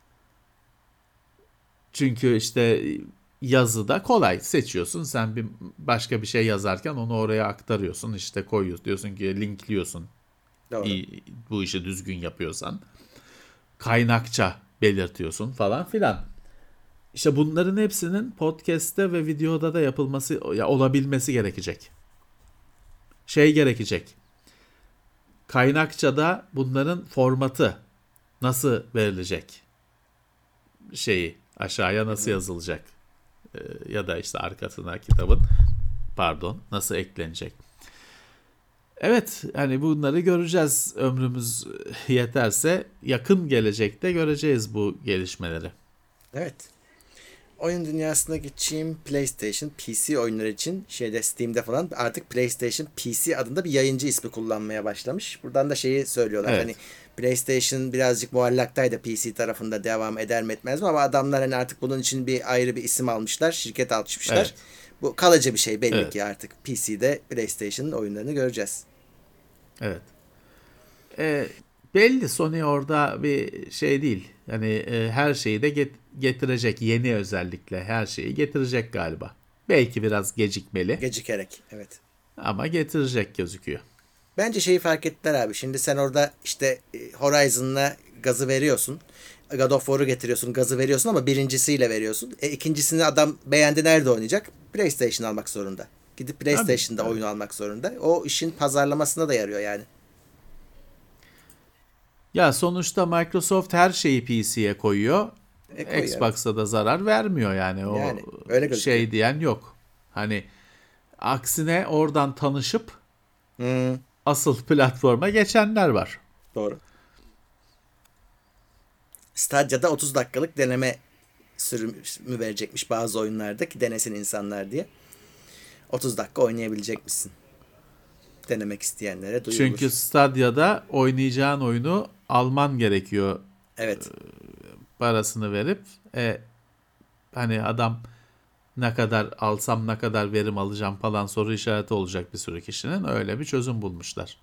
Çünkü işte yazıda kolay seçiyorsun. Sen bir başka bir şey yazarken onu oraya aktarıyorsun. İşte koyuyorsun. Diyorsun ki linkliyorsun. doğru. İyi, bu işi düzgün yapıyorsan. Kaynakça belirtiyorsun falan filan. İşte bunların hepsinin podcast'te ve videoda da yapılması, ya olabilmesi gerekecek. Şey gerekecek. Kaynakçada bunların formatı nasıl verilecek? Şeyi aşağıya nasıl yazılacak? Ee, ya da işte arkasına kitabın pardon nasıl eklenecek? Evet, hani bunları göreceğiz, ömrümüz yeterse yakın gelecekte göreceğiz bu gelişmeleri. Evet. Oyun dünyasına geçeyim. PlayStation P C oyunları için şeyde Steam'de falan artık PlayStation P C adında bir yayıncı ismi kullanmaya başlamış. Buradan da şeyi söylüyorlar. Evet. Hani PlayStation birazcık muallaktaydı P C tarafında devam eder mi etmez mi, ama adamlar hani artık bunun için bir ayrı bir isim almışlar. Şirket açmışlar. Evet. Bu kalıcı bir şey belli Evet. ki artık P C'de PlayStation'ın oyunlarını göreceğiz. Evet. E, belli Sony orada bir şey değil. Yani e, her şeyi de get- getirecek. Yeni özellikle her şeyi getirecek galiba. Belki biraz gecikmeli Gecikerek. Evet. ama getirecek gözüküyor. Bence şeyi fark ettiler abi. Şimdi sen orada işte e, Horizon'la gazı veriyorsun. God of War'u getiriyorsun, gazı veriyorsun ama birincisiyle veriyorsun. E, ikincisini adam beğendi, nerede oynayacak? PlayStation almak zorunda. Gidip PlayStation'da Tabii, oyun almak zorunda. O işin pazarlamasına da yarıyor yani. Ya sonuçta Microsoft her şeyi P C'ye koyuyor. E, koy, Xbox'a da zarar vermiyor yani. O Yani, öyle gözüküyor. şey diyen yok. Hani aksine oradan tanışıp Hmm, asıl platforma geçenler var. doğru. Stadia'da otuz dakikalık deneme sürümü verecekmiş bazı oyunlarda ki denesin insanlar diye. otuz dakika oynayabilecek misin? Denemek isteyenlere duyurulur. Çünkü Stadia'da oynayacağın oyunu alman gerekiyor Evet. parasını verip. E, hani adam ne kadar alsam ne kadar verim alacağım falan soru işareti olacak bir sürü kişinin. Öyle bir çözüm bulmuşlar.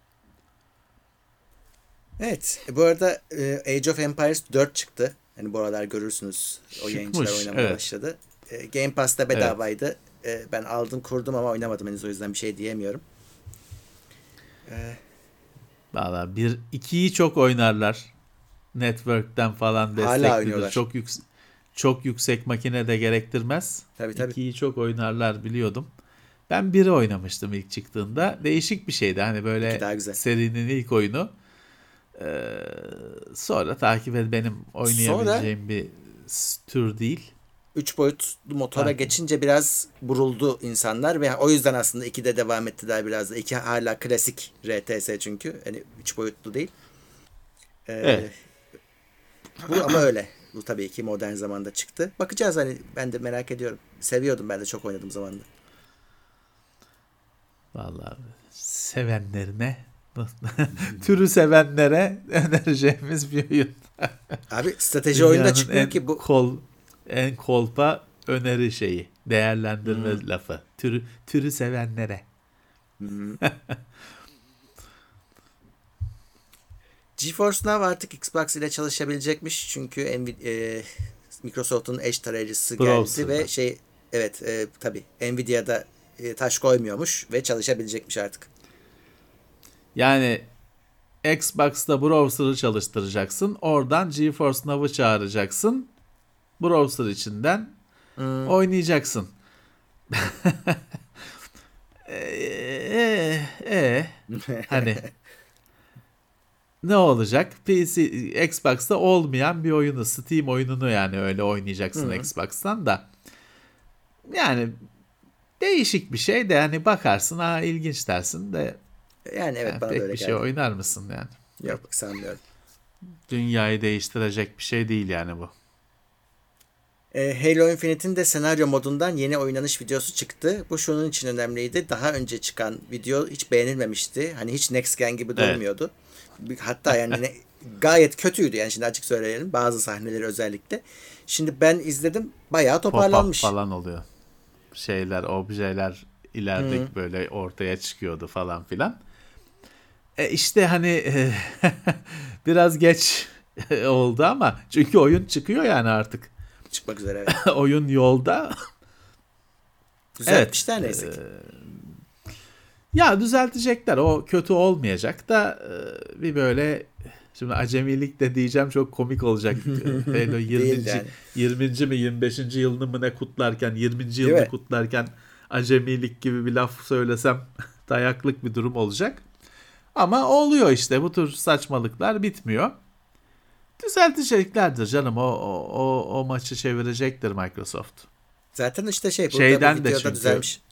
Evet. E, bu arada e, Age of Empires dört çıktı. Hani bu aralar görürsünüz. O Çıkmış, yayıncılar oynamaya evet. başladı. E, Game Pass'ta bedavaydı. E, ben aldım kurdum ama oynamadım henüz, o yüzden bir şey diyemiyorum. E, Valla bir ikiyi çok oynarlar. Network'ten falan Hala desteklidir. oynuyorlar. Çok yüksek çok yüksek makine de gerektirmez. Tabii, tabii. İkiyi çok oynarlar biliyordum. Ben biri oynamıştım ilk çıktığında. Değişik bir şeydi. Hani böyle İki daha güzel. serinin ilk oyunu. Ee, sonra takip et benim oynayabileceğim bir s- tür değil. üç boyutlu motora Tabii. geçince biraz buruldu insanlar ve o yüzden aslında ikide devam ettiler biraz da. iki hala klasik R T S çünkü. Hani üç boyutlu değil. E, Evet. Bu ama öyle. Bu tabii ki modern zamanda çıktı. Bakacağız, hani ben de merak ediyorum. Seviyordum, ben de çok oynadım zamanında. Vallahi sevenlerine türü sevenlere önereceğimiz bir oyun. Abi strateji oyunda Dünyanın çıkmıyor en ki bu. kol en kolpa öneri şeyi, değerlendirme Hmm. lafı. Türü türü sevenlere. GeForce Now artık Xbox ile çalışabilecekmiş çünkü Nvi- e, Microsoft'un Edge tarayıcısı geldi Browser'da. ve şey evet e, tabii Nvidia'da e, taş koymuyormuş ve çalışabilecekmiş artık. Yani Xbox'ta browser'ı çalıştıracaksın. Oradan GeForce Now'ı çağıracaksın. Browser içinden Hmm. oynayacaksın. Eee e, hani ne olacak? P C Xbox'ta olmayan bir oyunu, Steam oyununu yani öyle oynayacaksın Xbox'tan da. Yani değişik bir şey de yani bakarsın ha ilginç dersin de Yani evet, yani bana da pek öyle bir geldi. şey oynar mısın yani? Yok, sanmıyorum. Dünyayı değiştirecek bir şey değil yani bu. E, Halo Infinite'in de senaryo modundan yeni oynanış videosu çıktı. Bu şunun için önemliydi. Daha önce çıkan video hiç beğenilmemişti. Hani hiç Next Gen gibi Evet. durmuyordu. Hatta yani ne, gayet kötüydü yani, şimdi açık söyleyelim. Bazı sahneleri özellikle. Şimdi ben izledim. Bayağı Pop-up toparlanmış. falan oluyor. Şeyler, objeler ileride böyle ortaya çıkıyordu falan filan. E işte hani e, biraz geç oldu ama çünkü oyun çıkıyor yani artık. Çıkmak üzere. Evet. Oyun yolda. Düzeltmişler neyse ki. Ya düzeltecekler. O kötü olmayacak da e, bir böyle şimdi acemilik de diyeceğim, çok komik olacak. Halo yirminci yani. yirminci mi yirmi beşinci yılını mı ne kutlarken, yirminci Değil yılını mi? kutlarken acemilik gibi bir laf söylesem dayaklık bir durum olacak. Ama oluyor işte, bu tür saçmalıklar bitmiyor. Düzelteceklerdir canım. O, o, o, o maçı çevirecektir Microsoft. Zaten işte şey burada Şeyden bu de videoda çünkü- düzelmiş.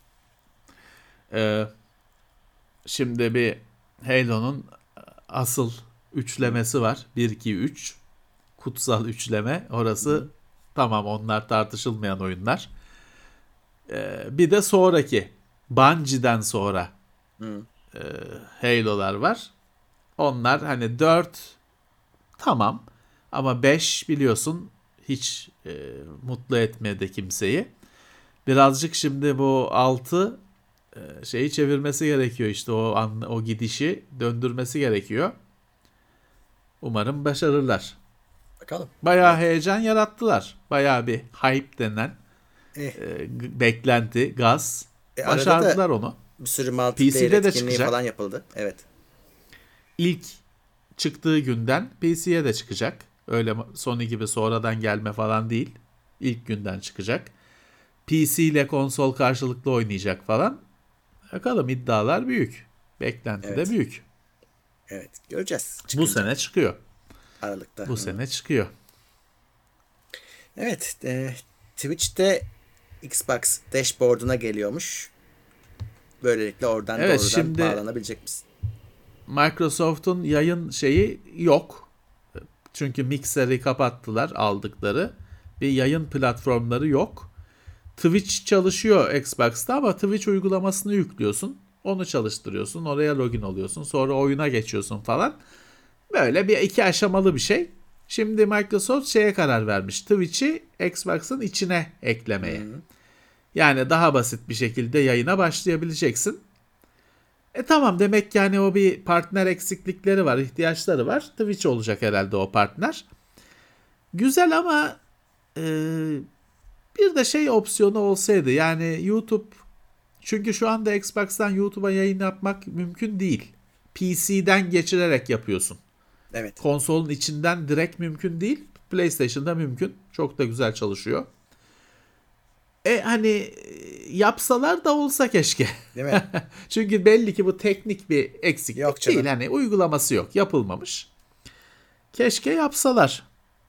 Ee, şimdi bir Halo'nun asıl üçlemesi var. bir iki üç. Kutsal üçleme. Orası tamam, onlar tartışılmayan oyunlar. Ee, bir de sonraki Bungie'den sonra Hı. e, Halo'lar var. Onlar hani dört tamam ama beş biliyorsun hiç e, mutlu etmedi kimseyi. Birazcık şimdi bu altı e, şeyi çevirmesi gerekiyor, işte o an, o gidişi döndürmesi gerekiyor. Umarım başarırlar. Bakalım. Bayağı heyecan yarattılar. Bayağı bir hype denen Eh, e, g- beklenti, gaz. E, arada Başardılar onu. bir sürü P multiplayer C'de de etkinliği çıkacak. falan yapıldı. Evet. İlk çıktığı günden P C'ye de çıkacak. Öyle Sony gibi sonradan gelme falan değil. İlk günden çıkacak. P C ile konsol karşılıklı oynayacak falan. Bakalım, iddialar büyük. Beklenti Evet. de büyük. Evet. Göreceğiz. Bu Çıkınca, sene çıkıyor. Aralıkta. Bu Hı. sene çıkıyor. Evet. E, Twitch'te Xbox dashboard'una geliyormuş. Böylelikle oradan Evet, doğrudan şimdi- bağlanabilecek misin? Microsoft'un yayın şeyi yok. Çünkü Mixer'i kapattılar aldıkları. Bir yayın platformları yok. Twitch çalışıyor Xbox'ta ama Twitch uygulamasını yüklüyorsun. Onu çalıştırıyorsun. Oraya login oluyorsun. Sonra oyuna geçiyorsun falan. Böyle bir iki aşamalı bir şey. Şimdi Microsoft şeye karar vermiş. Twitch'i Xbox'ın içine eklemeye. Yani daha basit bir şekilde yayına başlayabileceksin. E tamam, demek ki yani o bir partner eksiklikleri var, ihtiyaçları var. Twitch olacak herhalde o partner. Güzel ama e, bir de şey opsiyonu olsaydı, yani YouTube, çünkü şu anda Xbox'tan YouTube'a yayın yapmak mümkün değil. P C'den geçirerek yapıyorsun. Evet. Konsolun içinden direkt mümkün değil. PlayStation'da mümkün. Çok da güzel çalışıyor. E hani e, yapsalar da olsa keşke. Değil mi? Çünkü belli ki bu teknik bir eksiklik Yok canım. değil. Hani uygulaması yok, yapılmamış. Keşke yapsalar.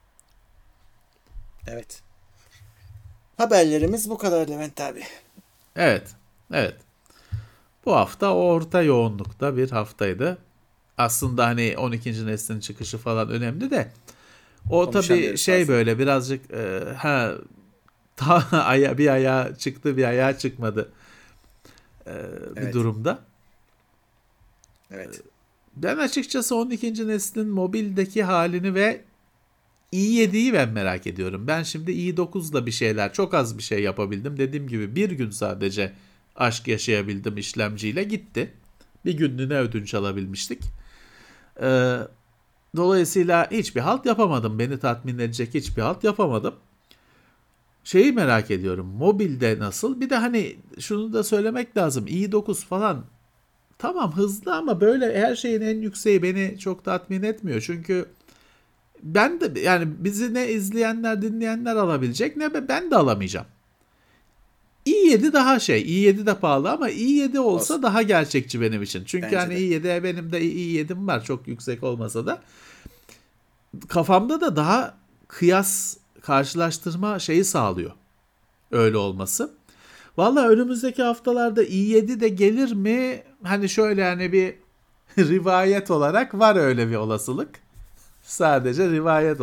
Evet. Haberlerimiz bu kadar Levent abi. Evet, evet. Bu hafta orta yoğunlukta bir haftaydı. Aslında hani on ikinci neslin çıkışı falan önemli de. O tabii Konuşamıyoruz şey fazla. böyle birazcık e, ha ta, aya, bir ayağa çıktı bir ayağa çıkmadı e, bir Evet. durumda. Evet. Ben açıkçası on ikinci neslin mobildeki halini ve i yediyi ben merak ediyorum. Ben şimdi i dokuzla bir şeyler, çok az bir şey yapabildim. Dediğim gibi bir gün sadece aşk yaşayabildim işlemciyle, gitti. Bir günlüğüne ödünç alabilmiştik. Ee, dolayısıyla hiçbir halt yapamadım. Beni tatmin edecek hiçbir halt yapamadım. Şeyi merak ediyorum. Mobilde nasıl? Bir de hani şunu da söylemek lazım. i dokuz falan tamam hızlı ama böyle her şeyin en yükseği beni çok tatmin etmiyor. Çünkü ben de yani bizi ne izleyenler dinleyenler alabilecek ne ben de alamayacağım. i yedi daha şey, i yedi de pahalı ama i yedi olsa Olsun. daha gerçekçi benim için. Çünkü Bence hani de. i yedi benim de i yedim var, çok yüksek olmasa da. Kafamda da daha kıyas, karşılaştırma şeyi sağlıyor. Öyle olması. Valla önümüzdeki haftalarda i yedi de gelir mi? Hani şöyle hani bir rivayet olarak var öyle bir olasılık. Sadece rivayet olarak.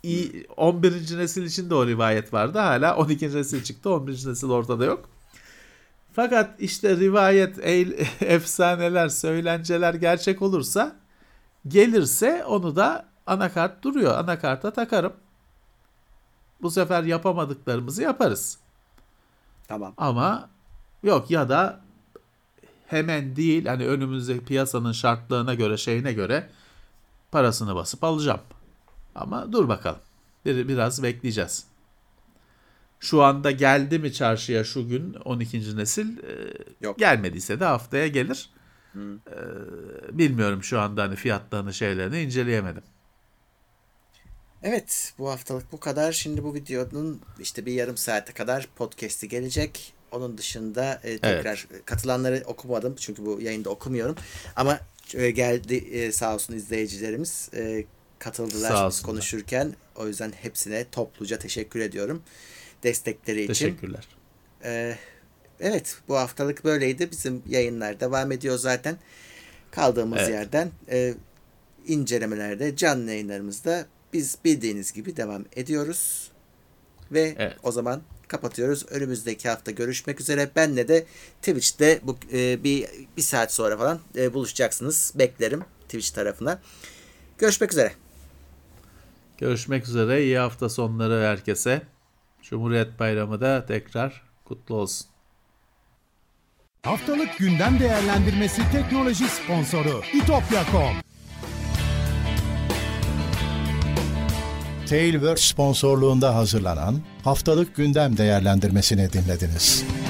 iyi, on birinci nesil için de o rivayet vardı. Hala on ikinci nesil çıktı. on birinci nesil ortada yok. Fakat işte rivayet, efsaneler, söylenceler gerçek olursa, gelirse onu da anakart duruyor. Anakarta takarım. Bu sefer yapamadıklarımızı yaparız. Tamam. Ama yok, ya da hemen değil, hani önümüzdeki piyasanın şartlarına göre, şeyine göre parasını basıp alacağım. Ama dur bakalım. Bir, biraz bekleyeceğiz. Şu anda geldi mi çarşıya şu gün on ikinci nesil? E, Yok. Gelmediyse de haftaya gelir. Hmm. E, bilmiyorum şu anda, hani fiyatlarını, şeylerini inceleyemedim. Evet, bu haftalık bu kadar. Şimdi bu videonun işte bir yarım saate kadar podcast'i gelecek. Onun dışında e, tekrar evet. katılanları okumadım çünkü bu yayında okumuyorum. Ama e, geldi e, sağ olsun izleyicilerimiz e, katıldılar konuşurken. O yüzden hepsine topluca teşekkür ediyorum destekleri için. Teşekkürler. E, evet, bu haftalık böyleydi. Bizim yayınlar devam ediyor zaten. Kaldığımız evet. yerden e, incelemelerde, canlı yayınlarımızda biz bildiğiniz gibi devam ediyoruz. Ve evet. o zaman kapatıyoruz. Önümüzdeki hafta görüşmek üzere. Benle de Twitch'te bu e, bir bir saat sonra falan e, buluşacaksınız. Beklerim Twitch tarafına. Görüşmek üzere. Görüşmek üzere. İyi hafta sonları herkese. Cumhuriyet Bayramı da tekrar kutlu olsun. Haftalık gündem değerlendirmesi teknoloji sponsoru itopya nokta com. Tailwords sponsorluğunda hazırlanan haftalık gündem değerlendirmesini dinlediniz.